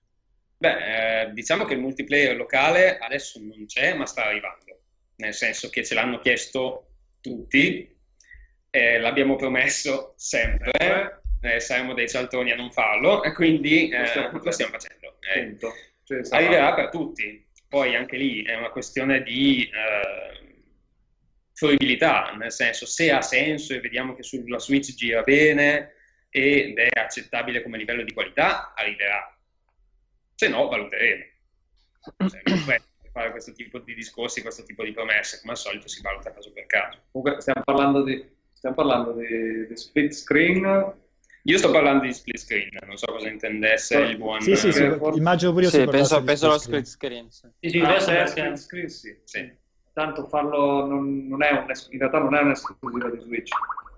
Beh, eh, diciamo che il multiplayer locale adesso non c'è, ma sta arrivando, nel senso che ce l'hanno chiesto tutti, eh, l'abbiamo promesso sempre, eh, saremo dei cialtroni a non farlo, e quindi eh, lo, stiamo lo stiamo facendo. Eh, cioè, arriverà per tutti. Poi anche lì è una questione di eh, fruibilità, nel senso se ha senso e vediamo che sulla Switch gira bene ed è accettabile come livello di qualità, arriverà. Se no, valuteremo. Cioè, per fare questo tipo di discorsi, questo tipo di promesse, come al solito si valuta caso per caso.
Comunque stiamo parlando di, stiamo parlando di, di split screen.
Io sto parlando di split screen, non so cosa intendesse il buon...
Sì, sì, sì, immagino pure io
sì,
si
penso,
di
penso allo
split
split screen. Sì.
Sì, sì,
Ah,
adesso
è
è
split screen, sì.
Sì.
Tanto farlo non, non è un, in realtà non è un'esclusiva di Switch.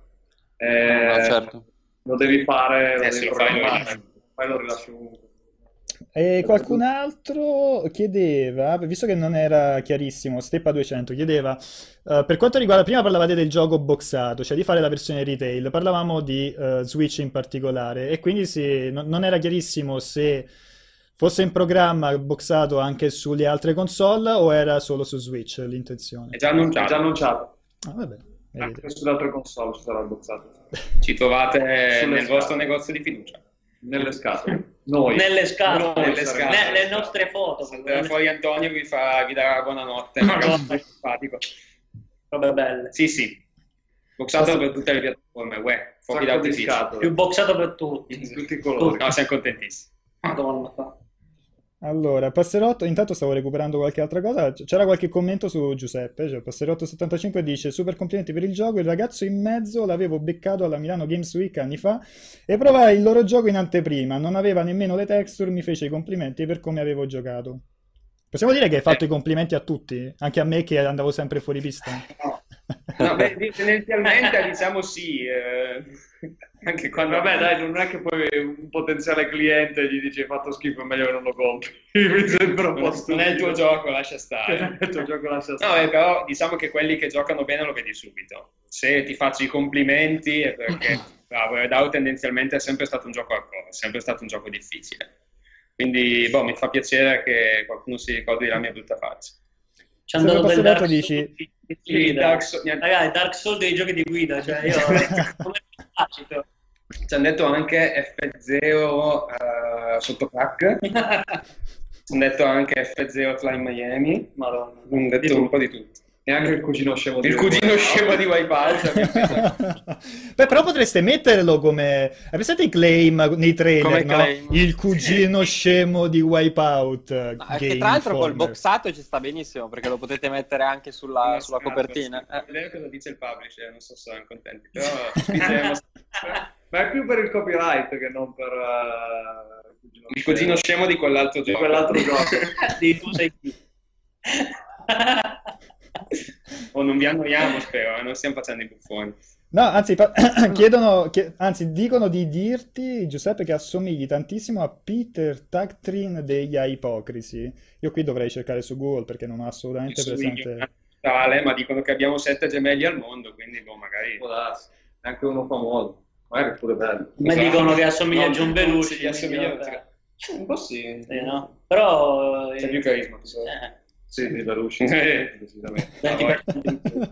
Eh,
no, certo.
Lo devi fare, lo
Eh,
devi
se lo fai, lo
programmare,
rilasci.
poi lo rilasci comunque.
E qualcun altro chiedeva, visto che non era chiarissimo, Steppa duecento chiedeva, uh, per quanto riguarda, prima parlavate del gioco boxato, cioè di fare la versione retail, parlavamo di uh, Switch in particolare, e quindi sì, no, non era chiarissimo se fosse in programma boxato anche sulle altre console o era solo su Switch l'intenzione.
È già annunciato.
È già annunciato.
Ah, vabbè, vedete.
Anche sulle altre console ci sarà il boxato.
Ci trovate
Sulle
nel
scatole.
vostro negozio di fiducia.
Nelle scatole. Noi.
Nelle scatole,
Noi
nelle
saremo-
scatole.
le, le nostre foto.
Salterà fuori Antonio vi, fa, vi darà buonanotte.
Madonna.
Magari simpatico.
Robe belle.
Sì, sì. Boxato per tutte le piattaforme. Uè, fuochi
Sacco di
d'artificio.
scatole.
Più boxato per tutti.
Di tutti i colori.
No, siamo contentissimi.
Madonna.
Allora, Passerotto, intanto stavo recuperando qualche altra cosa, c- c'era qualche commento su Giuseppe, cioè Passerotto settantacinque dice super complimenti per il gioco, il ragazzo in mezzo l'avevo beccato alla Milano Games Week anni fa e provai il loro gioco in anteprima, non aveva nemmeno le texture, mi fece i complimenti per come avevo giocato. Possiamo dire che hai fatto
Eh.
i complimenti a tutti? Anche a me che andavo sempre fuori pista?
No, beh, di- tendenzialmente diciamo sì. eh, anche quando...
Vabbè, dai, non è che poi un potenziale cliente gli dice hai fatto schifo, è meglio che non lo compri. Mi sembra un po'
Non è il tuo
stupido.
gioco, lascia stare.
Il tuo gioco lascia
No,
stare.
eh, però diciamo che quelli che giocano bene lo vedi subito. Se ti faccio i complimenti è perché, bravo, Redout tendenzialmente è sempre stato un gioco hardcore, è sempre stato un gioco difficile. Quindi, boh, mi fa piacere che qualcuno si ricordi della mia brutta faccia.
Ci
Sempre
andato del
Passerotto
Dark
dici-
Souls di- di
Sì,
guida.
Dark Souls-
Ragazzi, Dark Souls dei giochi di guida, cioè io come faccio?
Ci hanno detto anche F zero uh, sotto crack, ci hanno detto anche F zero Fly Miami,
Madonna.
hanno detto un po' di tutto.
E anche il cugino scemo di
Il cugino
Wipeout.
scemo di Wipeout.
Beh, però potreste metterlo come... Hai presente i claim nei trailer,
Come
no?
claim.
Il cugino scemo di Wipeout.
No, è che
Game
tra l'altro col
Informer.
boxato ci sta benissimo perché lo potete mettere anche sulla, sulla copertina.
Sì.
Eh.
Vedere cosa dice il publisher, non so se saranno contenti, però spingeremo.
Ma è più per il copyright che non per uh, il cugino
Il cugino scemo di quell'altro
di
gioco.
quell'altro gioco.
Di tu sei chi?
O non vi annoiamo, spero, eh, non stiamo facendo i buffoni.
No, anzi, pa- chiedono, chie- anzi, dicono di dirti, Giuseppe, che assomigli tantissimo a Peter Tactrin degli Ipocrisi. Io qui dovrei cercare su Google perché non ho assolutamente presente.
Tale, ma dicono che abbiamo sette gemelli al mondo, quindi boh, magari...
Può darsi. È anche uno famoso, magari pure bello.
Mi dicono che assomiglia a
No,
John Belushi.
sì, assomiglia
in realtà.
un po' sì.
Sì, no? Però...
C'è più carisma, so.
eh,
Sì, di Belushi,
Eh.
decisamente.
venti per cento in più.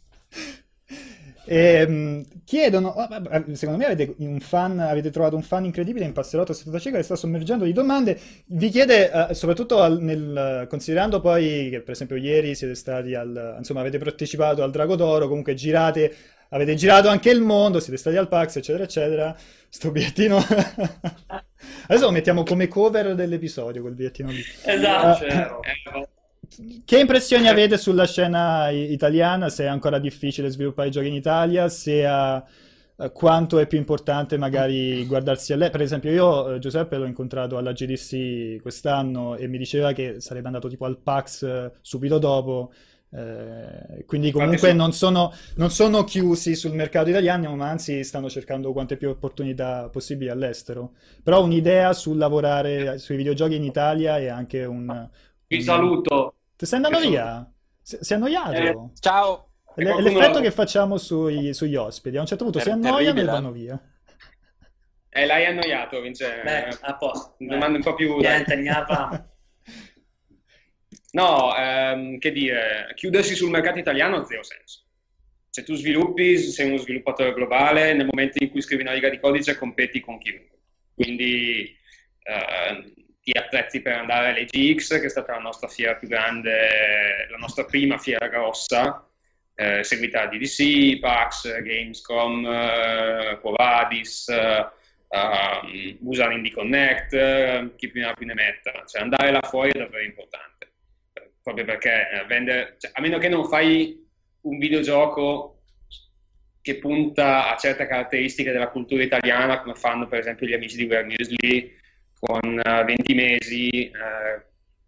Ehm, chiedono, oh, vabbè, secondo me avete un fan, avete trovato un fan incredibile in Passerotto seduta cieca che sta sommergendo di domande. Vi chiede, eh, soprattutto al- nel, considerando poi che per esempio ieri siete stati al, insomma avete partecipato al Drago d'Oro, comunque girate, avete girato anche il mondo, siete stati al PAX, eccetera, eccetera. Sto bigliettino, adesso lo mettiamo come cover dell'episodio, quel bigliettino lì.
Esatto.
C'ero.
Eh,
Che impressioni avete sulla scena i- italiana? Se è ancora difficile sviluppare i giochi in Italia, se ha- eh, quanto è più importante magari guardarsi a lei. Per esempio, io eh, Giuseppe l'ho incontrato alla G D C quest'anno e mi diceva che sarebbe andato tipo al PAX eh, subito dopo. eh, quindi comunque
sì.
non sono, non sono chiusi sul mercato italiano, ma anzi stanno cercando quante più opportunità possibili all'estero. Però un'idea sul lavorare sui videogiochi in Italia è anche un...
Vi
un-
saluto.
Ti stai andando
Io sono-
via? Si sei annoiato?
Eh, ciao.
È l- è
qualcuno-
l'effetto che facciamo sui- sugli ospiti. A un certo punto si
Ter-
annoiano e
terribile.
vanno via.
Eh, l'hai annoiato, Vince.
Beh, a posto.
Domande un po' più...
Niente, niente.
No, ehm, che dire, chiudersi sul mercato italiano ha zero senso. Se tu sviluppi, sei uno sviluppatore globale, nel momento in cui scrivi una riga di codice competi con chiunque. Quindi eh, ti attrezzi per andare all'E G X, che è stata la nostra fiera più grande, la nostra prima fiera grossa, eh, seguita da D D C, PAX, Gamescom, eh, Quo Vadis, eh, um, Busan Indie Connect, eh, chi più ne ha più ne metta. Cioè andare là fuori è davvero importante, eh, proprio perché eh, vendere, cioè, a meno che non fai un videogioco che punta a certe caratteristiche della cultura italiana, come fanno per esempio gli amici di Weird Muesli con uh, venti mesi, eh,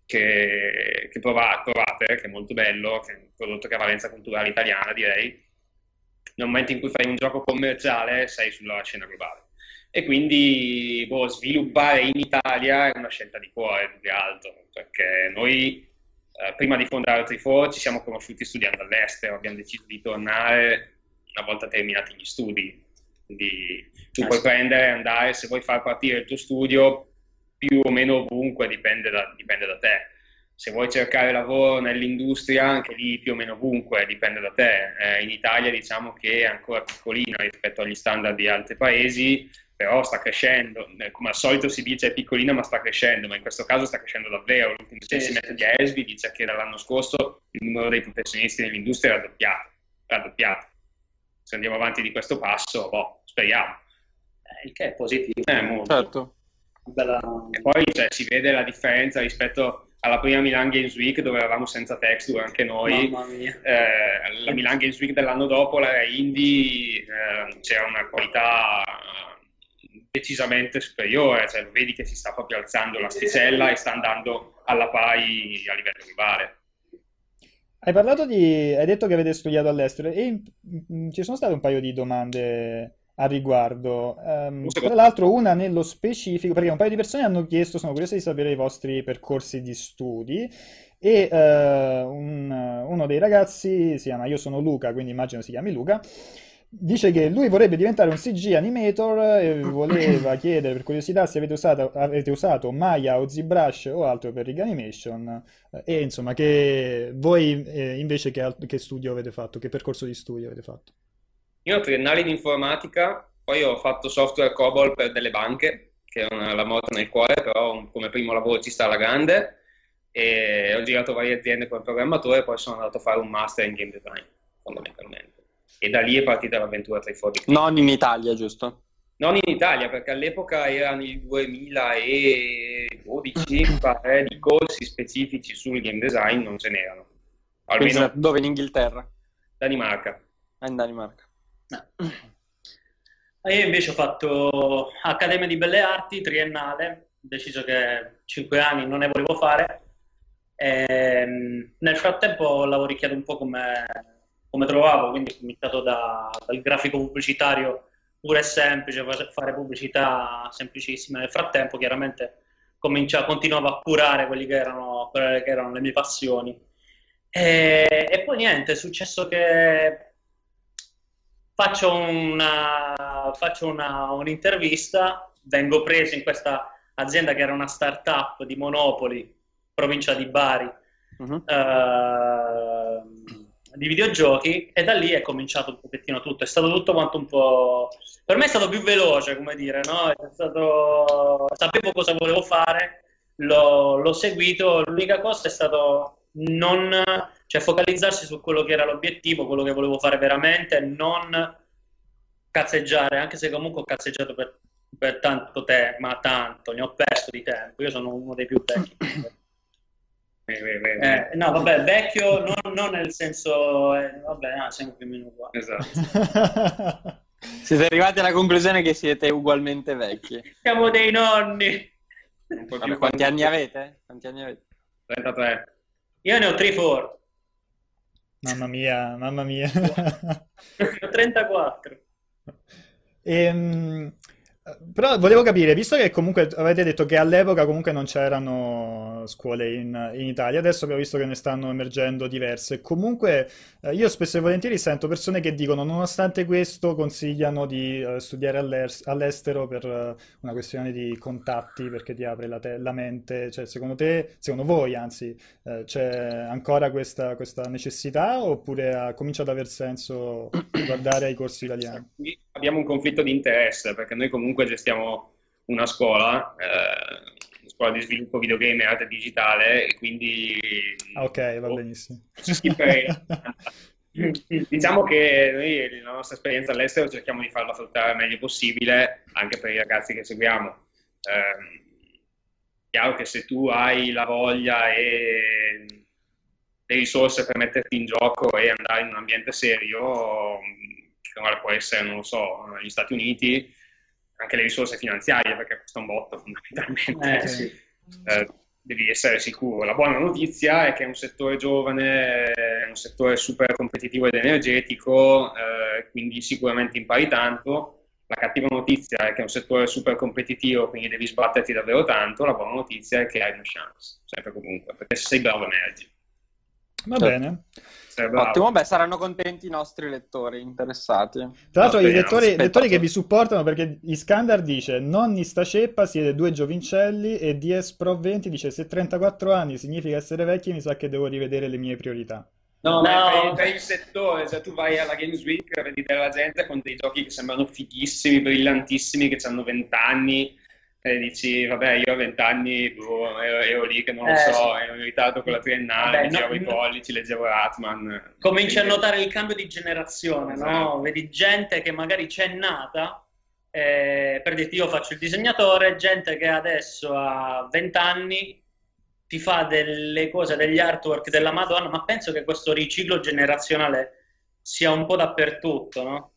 che, che prova- provate, che è molto bello, che è un prodotto che ha valenza culturale italiana, direi. Nel momento in cui fai un gioco commerciale sei sulla scena globale. E quindi boh, sviluppare in Italia è una scelta di cuore più che altro, perché noi eh, prima di fondare tre quattro ci siamo conosciuti studiando all'estero, abbiamo deciso di tornare una volta terminati gli studi. Quindi tu
Ah,
puoi
sì.
prendere e andare, se vuoi far partire il tuo studio più o meno ovunque, dipende da, dipende da te. Se vuoi cercare lavoro nell'industria, anche lì più o meno ovunque, dipende da te. Eh, in Italia diciamo che è ancora piccolina rispetto agli standard di altri paesi, però sta crescendo. Eh, come al solito si dice è piccolina ma sta crescendo, ma in questo caso sta crescendo davvero. L'ultimo
Sì,
censimento
sì,
di E S V I dice che dall'anno scorso il numero dei professionisti nell'industria è raddoppiato. raddoppiato. Se andiamo avanti di questo passo, boh, speriamo.
Eh, il che è positivo.
Eh, molto.
Certo.
Bella...
E poi cioè, si vede la differenza rispetto alla prima Milan Games Week, dove eravamo senza texture anche noi.
Mamma mia.
Eh, la Milan Games Week dell'anno dopo, la Indie, eh, c'era una qualità decisamente superiore, cioè lo vedi che si sta proprio alzando l'asticella e sta andando alla pari a livello globale.
Hai parlato di... hai detto che avete studiato all'estero e mm, ci sono state un paio di domande a riguardo. Ehm,
Un
tra
secondo.
l'altro una nello specifico, perché un paio di persone hanno chiesto, sono curiose di sapere i vostri percorsi di studi e eh, un- uno dei ragazzi si chiama, io sono Luca, quindi immagino si chiami Luca, dice che lui vorrebbe diventare un C G animator e voleva chiedere per curiosità se avete usato, avete usato Maya o ZBrush o altro per rig animation eh, e insomma che voi eh, invece che, al- che studio avete fatto, che percorso di studio avete fatto?
Io ho triennale in informatica, poi ho fatto software COBOL per delle banche, che è una, la morte nel cuore, però un- come primo lavoro ci sta alla grande, e ho girato varie aziende come programmatore, poi sono andato a fare un master in game design, fondamentalmente. E da lì è partita l'avventura tra i fuori.
Non in Italia, giusto?
Non in Italia, perché all'epoca erano il duemiladodici, mi pare, di corsi specifici sul game design non ce n'erano.
Quindi
Almeno
dove? In Inghilterra?
Danimarca.
Ah, in Danimarca.
No. Io invece ho fatto Accademia di Belle Arti, triennale, ho deciso che cinque anni non ne volevo fare Ehm, nel frattempo ho lavoricchiato un po' come, come trovavo, quindi ho cominciato da- dal grafico pubblicitario pure e semplice, face- fare pubblicità semplicissime. Nel frattempo chiaramente comincia- continuavo a curare quelli che erano, quelle che erano le mie passioni. E, e poi niente, è successo che faccio una, faccio una- un'intervista, vengo preso in questa azienda che era una startup di Monopoli, provincia di Bari,
Mhm.
eh, di videogiochi, e da lì è cominciato un pochettino tutto. È stato tutto quanto un po'... Per me è stato più veloce, come dire, no? È stato... Sapevo cosa volevo fare, l'ho, l'ho seguito. L'unica cosa è stato non... cioè focalizzarsi su quello che era l'obiettivo, quello che volevo fare veramente, non cazzeggiare, anche se comunque ho cazzeggiato per, per tanto tempo, ma tanto, ne ho perso di tempo. Io sono uno dei più vecchi.
Eh, eh, eh,
Eh, no, vabbè, vecchio non, non nel senso, eh, vabbè, no, siamo più o meno uguali.
Esatto.
Siete arrivati alla conclusione che siete ugualmente vecchi.
Siamo dei nonni.
Un po'
Vabbè,
più
quanti anni avete? Quanti anni avete?
trentatré.
Io ne ho tre quattro,
Mamma mia, mamma mia.
ne ho trentaquattro.
Ehm, però volevo capire, visto che comunque avete detto che all'epoca comunque non c'erano scuole in, in Italia, adesso abbiamo visto che ne stanno emergendo diverse. Comunque eh, io spesso e volentieri sento persone che dicono, nonostante questo, consigliano di eh, studiare all'es- all'estero per eh, una questione di contatti, perché ti apre la, te- la mente. Cioè, secondo te, secondo voi, anzi, eh, c'è ancora questa, questa necessità oppure ha- comincia ad aver senso guardare ai corsi italiani?
Qui abbiamo un conflitto di interesse perché noi comunque gestiamo una scuola, eh, una scuola di sviluppo videogame e arte digitale, e quindi
Ah, ok, va
oh,
benissimo.
sì, per- diciamo che noi la nostra esperienza all'estero cerchiamo di farla fruttare il meglio possibile anche per i ragazzi che seguiamo. Eh, chiaro che se tu hai la voglia e le risorse per metterti in gioco e andare in un ambiente serio, che può essere, non lo so, negli Stati Uniti, anche le risorse finanziarie, perché costa un botto fondamentalmente.
Eh, sì.
Eh, devi essere sicuro. La buona notizia è che è un settore giovane, è un settore super competitivo ed energetico, eh, quindi sicuramente impari tanto. La cattiva notizia è che è un settore super competitivo, quindi devi sbatterti davvero tanto. La buona notizia è che hai una chance, sempre comunque, perché se sei bravo emergi.
Va
Certo.
bene.
Sei bravo.
Ottimo, beh, saranno contenti i nostri lettori interessati.
Tra l'altro,
No,
i
speriamo,
lettori,
aspetta,
lettori che
aspetta.
vi supportano, perché Iskandar dice: Nonni sta ceppa, siete due giovincelli. E D S Pro venti dice: Se trentaquattro anni significa essere vecchi, mi sa che devo rivedere le mie priorità.
No,
No.
ma per, per il settore, cioè tu vai alla Games Week, vedi della gente con dei giochi che sembrano fighissimi, brillantissimi, che hanno venti anni, e dici, vabbè, io a venti anni boh, ero, ero lì che non lo
Eh,
so,
sì.
ero in ritardo con la triennale,
Vabbè,
mi giravo
no,
i
no.
pollici, leggevo Ratman.
Cominci a
Quindi-
notare il cambio di generazione, no?
Esatto.
Vedi gente che magari c'è nata, eh, per dirti io faccio il disegnatore, gente che adesso ha venti anni ti fa delle cose, degli artwork della Madonna, ma penso che questo riciclo generazionale sia un po' dappertutto, no?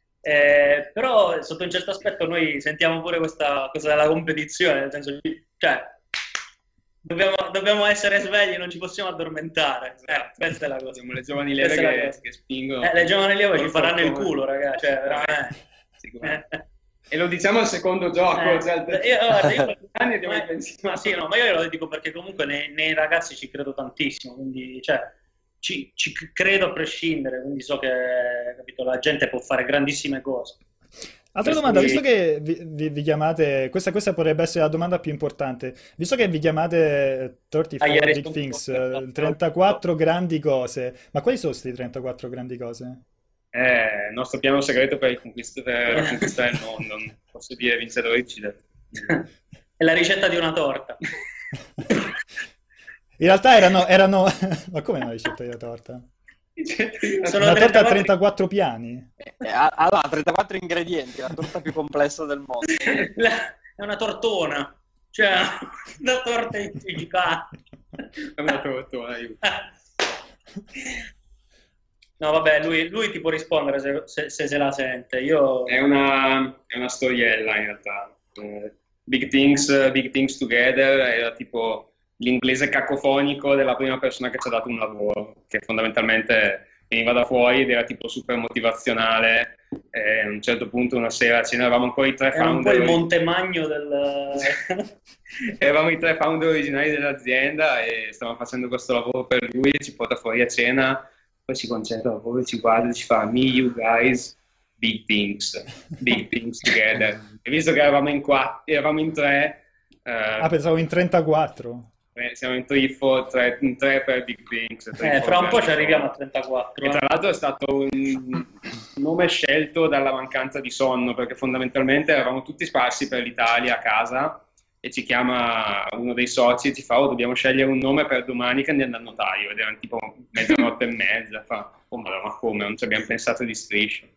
Eh, però sotto un certo aspetto noi sentiamo pure questa cosa della competizione, nel senso che, cioè, dobbiamo, dobbiamo essere svegli, non ci possiamo addormentare. Eh, questa è la cosa.
Siamo le giovani leve
Questa è la
che,
cosa.
che spingono.
Eh, le giovani leve ci
Col
faranno il
forcone.
culo, ragazzi, cioè, veramente.
Sicuramente. E lo diciamo al secondo gioco,
Eh,
cioè, al
io, guarda, io-
anni abbiamo
ma,
il pensiero.
ma sì, no, ma io lo dico perché comunque nei, nei ragazzi ci credo tantissimo, quindi cioè, ci, ci credo a prescindere, quindi so che capito, la gente può fare grandissime cose.
Altra
Questo
domanda,
mi-
visto che vi, vi- vi chiamate, questa, questa potrebbe essere la domanda più importante, visto che vi chiamate
Ah, ieri
trentaquattro Big
sono
Things,
un po'
eh, trentaquattro grandi cose, ma quali sono queste trentaquattro grandi cose?
È il nostro piano segreto per, il conquist- per conquistare il mondo. Non posso dire vincitore ci
È la ricetta di una torta.
In realtà erano, erano... ma come una ricetta di torta?
Sono
Una torta a
trentaquattro
trentaquattro piani?
Eh, ha- Allora, trentaquattro ingredienti, la torta più complessa del mondo.
La- è una tortona, cioè una torta in gigante.
È una tortona, aiuto.
No, vabbè, lui, lui ti può rispondere se, se, se se la sente. Io...
È una, è una storiella in realtà. Eh, Big Things, Big Things Together era tipo l'inglese cacofonico della prima persona che ci ha dato un lavoro, che fondamentalmente veniva da fuori ed era tipo super motivazionale. E a un certo punto una sera ce n'eravamo ancora i tre
Era un po'
founder.
il Montemagno del...
Eravamo i tre founder originali dell'azienda e stavamo facendo questo lavoro per lui, ci porta fuori a cena, poi si concentra al lavoro, ci guarda e ci fa "Me, you guys, big things, big things together". E visto che eravamo in, quattro, eravamo in tre, eh,
Ah, pensavo in trentaquattro.
eh, siamo in tre, four, tre, in tre per big things. tre,
Eh, fra un
four,
po' ci arriviamo a trentaquattro.
E tra
eh.
l'altro è stato un nome scelto dalla mancanza di sonno, perché fondamentalmente eravamo tutti sparsi per l'Italia a casa e ci chiama uno dei soci e ci fa "Oh, dobbiamo scegliere un nome per domani che andiamo dal notaio", ed erano tipo mezzanotte e mezza. Fa "Oh ma come, non ci abbiamo pensato di striscio".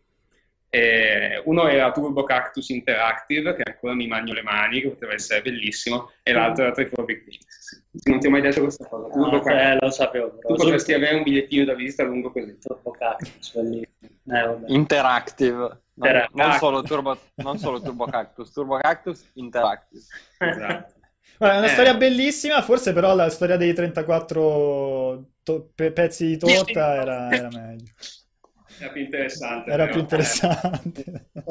E uno era Turbo Cactus Interactive, che ancora mi magno le mani, che poteva essere bellissimo, e l'altro era tre four Big Things. Non ti ho mai detto questa cosa. Turbo
No,
Cactus.
eh, lo sapevo, però.
Tu potresti avere un bigliettino da visita lungo così.
Turbo Cactus, bellissimo. Eh, vabbè.
Interactive. Non,
Interactive.
non solo Turbo, non solo Turbo Cactus, Turbo Cactus Interactive.
Esatto.
Guarda, è una
Eh.
storia bellissima, forse però la storia dei trentaquattro to- pe- pezzi di torta era, era meglio.
Era più interessante.
Era
però.
più interessante.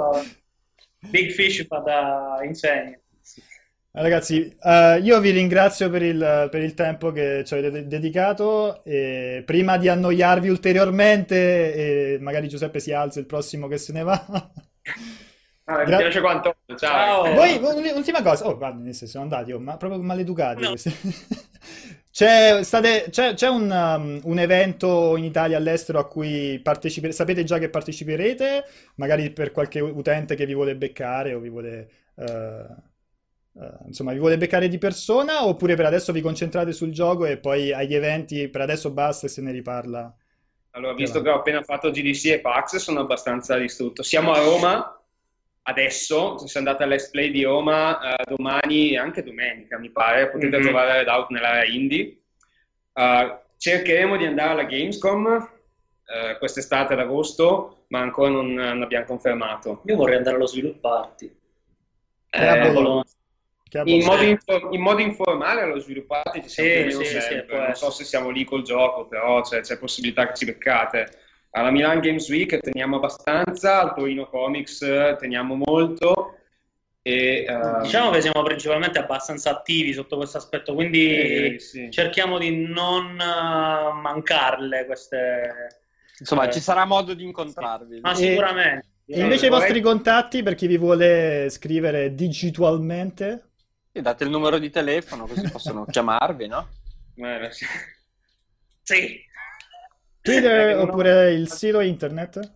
Big Fish fa da insegna.
Ragazzi, eh, io vi ringrazio per il, per il tempo che ci avete de- dedicato e prima di annoiarvi ulteriormente e magari Giuseppe si alza il prossimo che se ne va.
Ah, mi
Gra-
piace quanto. Ciao.
Ciao.
Voi, un- ultima cosa, oh guarda, nel senso, sono andati, oh, ma proprio maleducati
No.
questi. C'è, state- c'è- c'è un, um, un evento in Italia all'estero a cui parteciperete, sapete già che parteciperete, magari per qualche utente che vi vuole beccare o vi vuole, eh, eh, insomma, vi vuole beccare di persona, oppure per adesso vi concentrate sul gioco e poi agli eventi per adesso basta e se ne riparla.
Allora, visto che ho appena fatto G D C e PAX, sono abbastanza distrutto. Siamo a Roma adesso, se andate all'Let's Play di Roma eh, domani e anche domenica, mi pare, potete
Mhm.
trovare Redout nell'area indie. Eh, cercheremo di andare alla Gamescom eh, quest'estate ad agosto, ma ancora non, non abbiamo confermato.
Io vorrei andare allo Sviluppo Party.
Che a
Eh,
Bologna. Che a
In
Bologna.
modo, info- in modo informale allo sviluppati ci siamo
Sì,
più o meno
sì, sì,
sempre.
può
Non so se siamo lì col gioco, però c'è, c'è possibilità che ci beccate. Alla Milan Games Week teniamo abbastanza, al Torino Comics eh, teniamo molto e eh,
Diciamo che siamo principalmente abbastanza attivi sotto questo aspetto, quindi
eh, sì.
cerchiamo di non eh, mancarle queste...
Insomma,
Eh.
ci sarà modo di incontrarvi.
Ma
E-
sicuramente.
E invece i
vorrei-
vostri contatti per chi vi vuole scrivere digitale?
Sì, date il numero di telefono così possono chiamarvi, no?
Eh, sì.
Sì.
Twitter
Eh, no.
oppure il sito internet?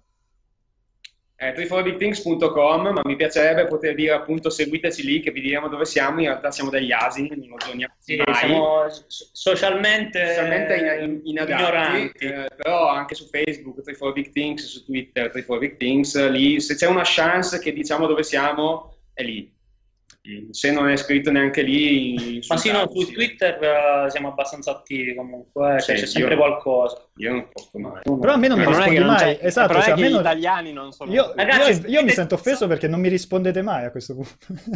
Eh, three four big things punto com, ma mi piacerebbe poter dire appunto seguiteci lì che vi diremo dove siamo. In realtà siamo degli asini, non lo aggiorniamo
Sì,
mai.
siamo so- socialmente,
Socialmente in, in, inadatti,
ignoranti.
eh, però anche su Facebook, three four big things, su Twitter, three four big things, lì se c'è una chance che diciamo dove siamo, è lì. Se non è scritto neanche lì,
Ma sì, no, su
insultateci.
Twitter eh, siamo abbastanza attivi comunque, eh, cioè,
Sì,
c'è sempre
io-
qualcosa.
Io non posso mai.
Però a me non mi
Ma non è che
rispondi
non
mai.
c'è-
Esatto,
però
cioè,
è
a
che
me
gli
non-
italiani non sono...
Io,
Ragazzi,
io- io mi
se-
sento offeso perché non mi rispondete mai a questo punto.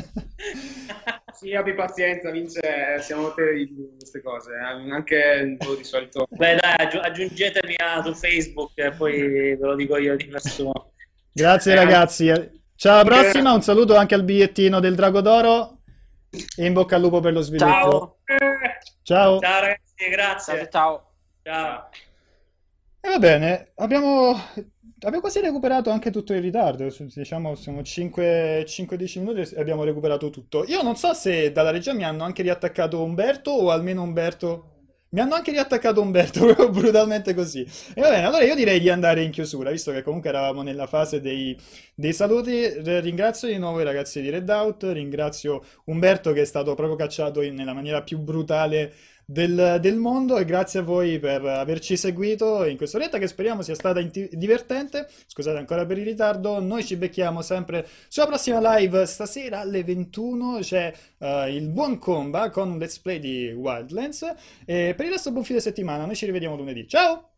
Sì, abbi pazienza, Vince, eh, siamo terribili in queste cose, eh. Anche voi di solito...
Beh dai, aggi- aggiungetemi a, su Facebook e poi ve lo dico io di persona.
Grazie
Eh,
ragazzi. Ciao, alla prossima. Un saluto anche al bigliettino del Drago d'Oro e in bocca al lupo per lo sviluppo.
Ciao!
Ciao.
Ciao ragazzi, grazie.
Ciao, ciao!
Ciao.
E va bene, abbiamo, abbiamo quasi recuperato anche tutto il ritardo, diciamo siamo cinque dieci minuti e abbiamo recuperato tutto. Io non so se dalla regia mi hanno anche riattaccato Umberto o almeno Umberto... Mi hanno anche riattaccato Umberto, proprio brutalmente così. E va bene, allora io direi di andare in chiusura, visto che comunque eravamo nella fase dei, dei saluti. R- Ringrazio di nuovo i ragazzi di Redout, ringrazio Umberto che è stato proprio cacciato in- nella maniera più brutale del, del mondo e grazie a voi per averci seguito in questa oretta che speriamo sia stata inti- divertente. Scusate ancora per il ritardo, noi ci becchiamo sempre sulla prossima live stasera alle ventuno, c'è eh, il buon Comba con un let's play di Wildlands e per il resto buon fine settimana, noi ci rivediamo lunedì, ciao!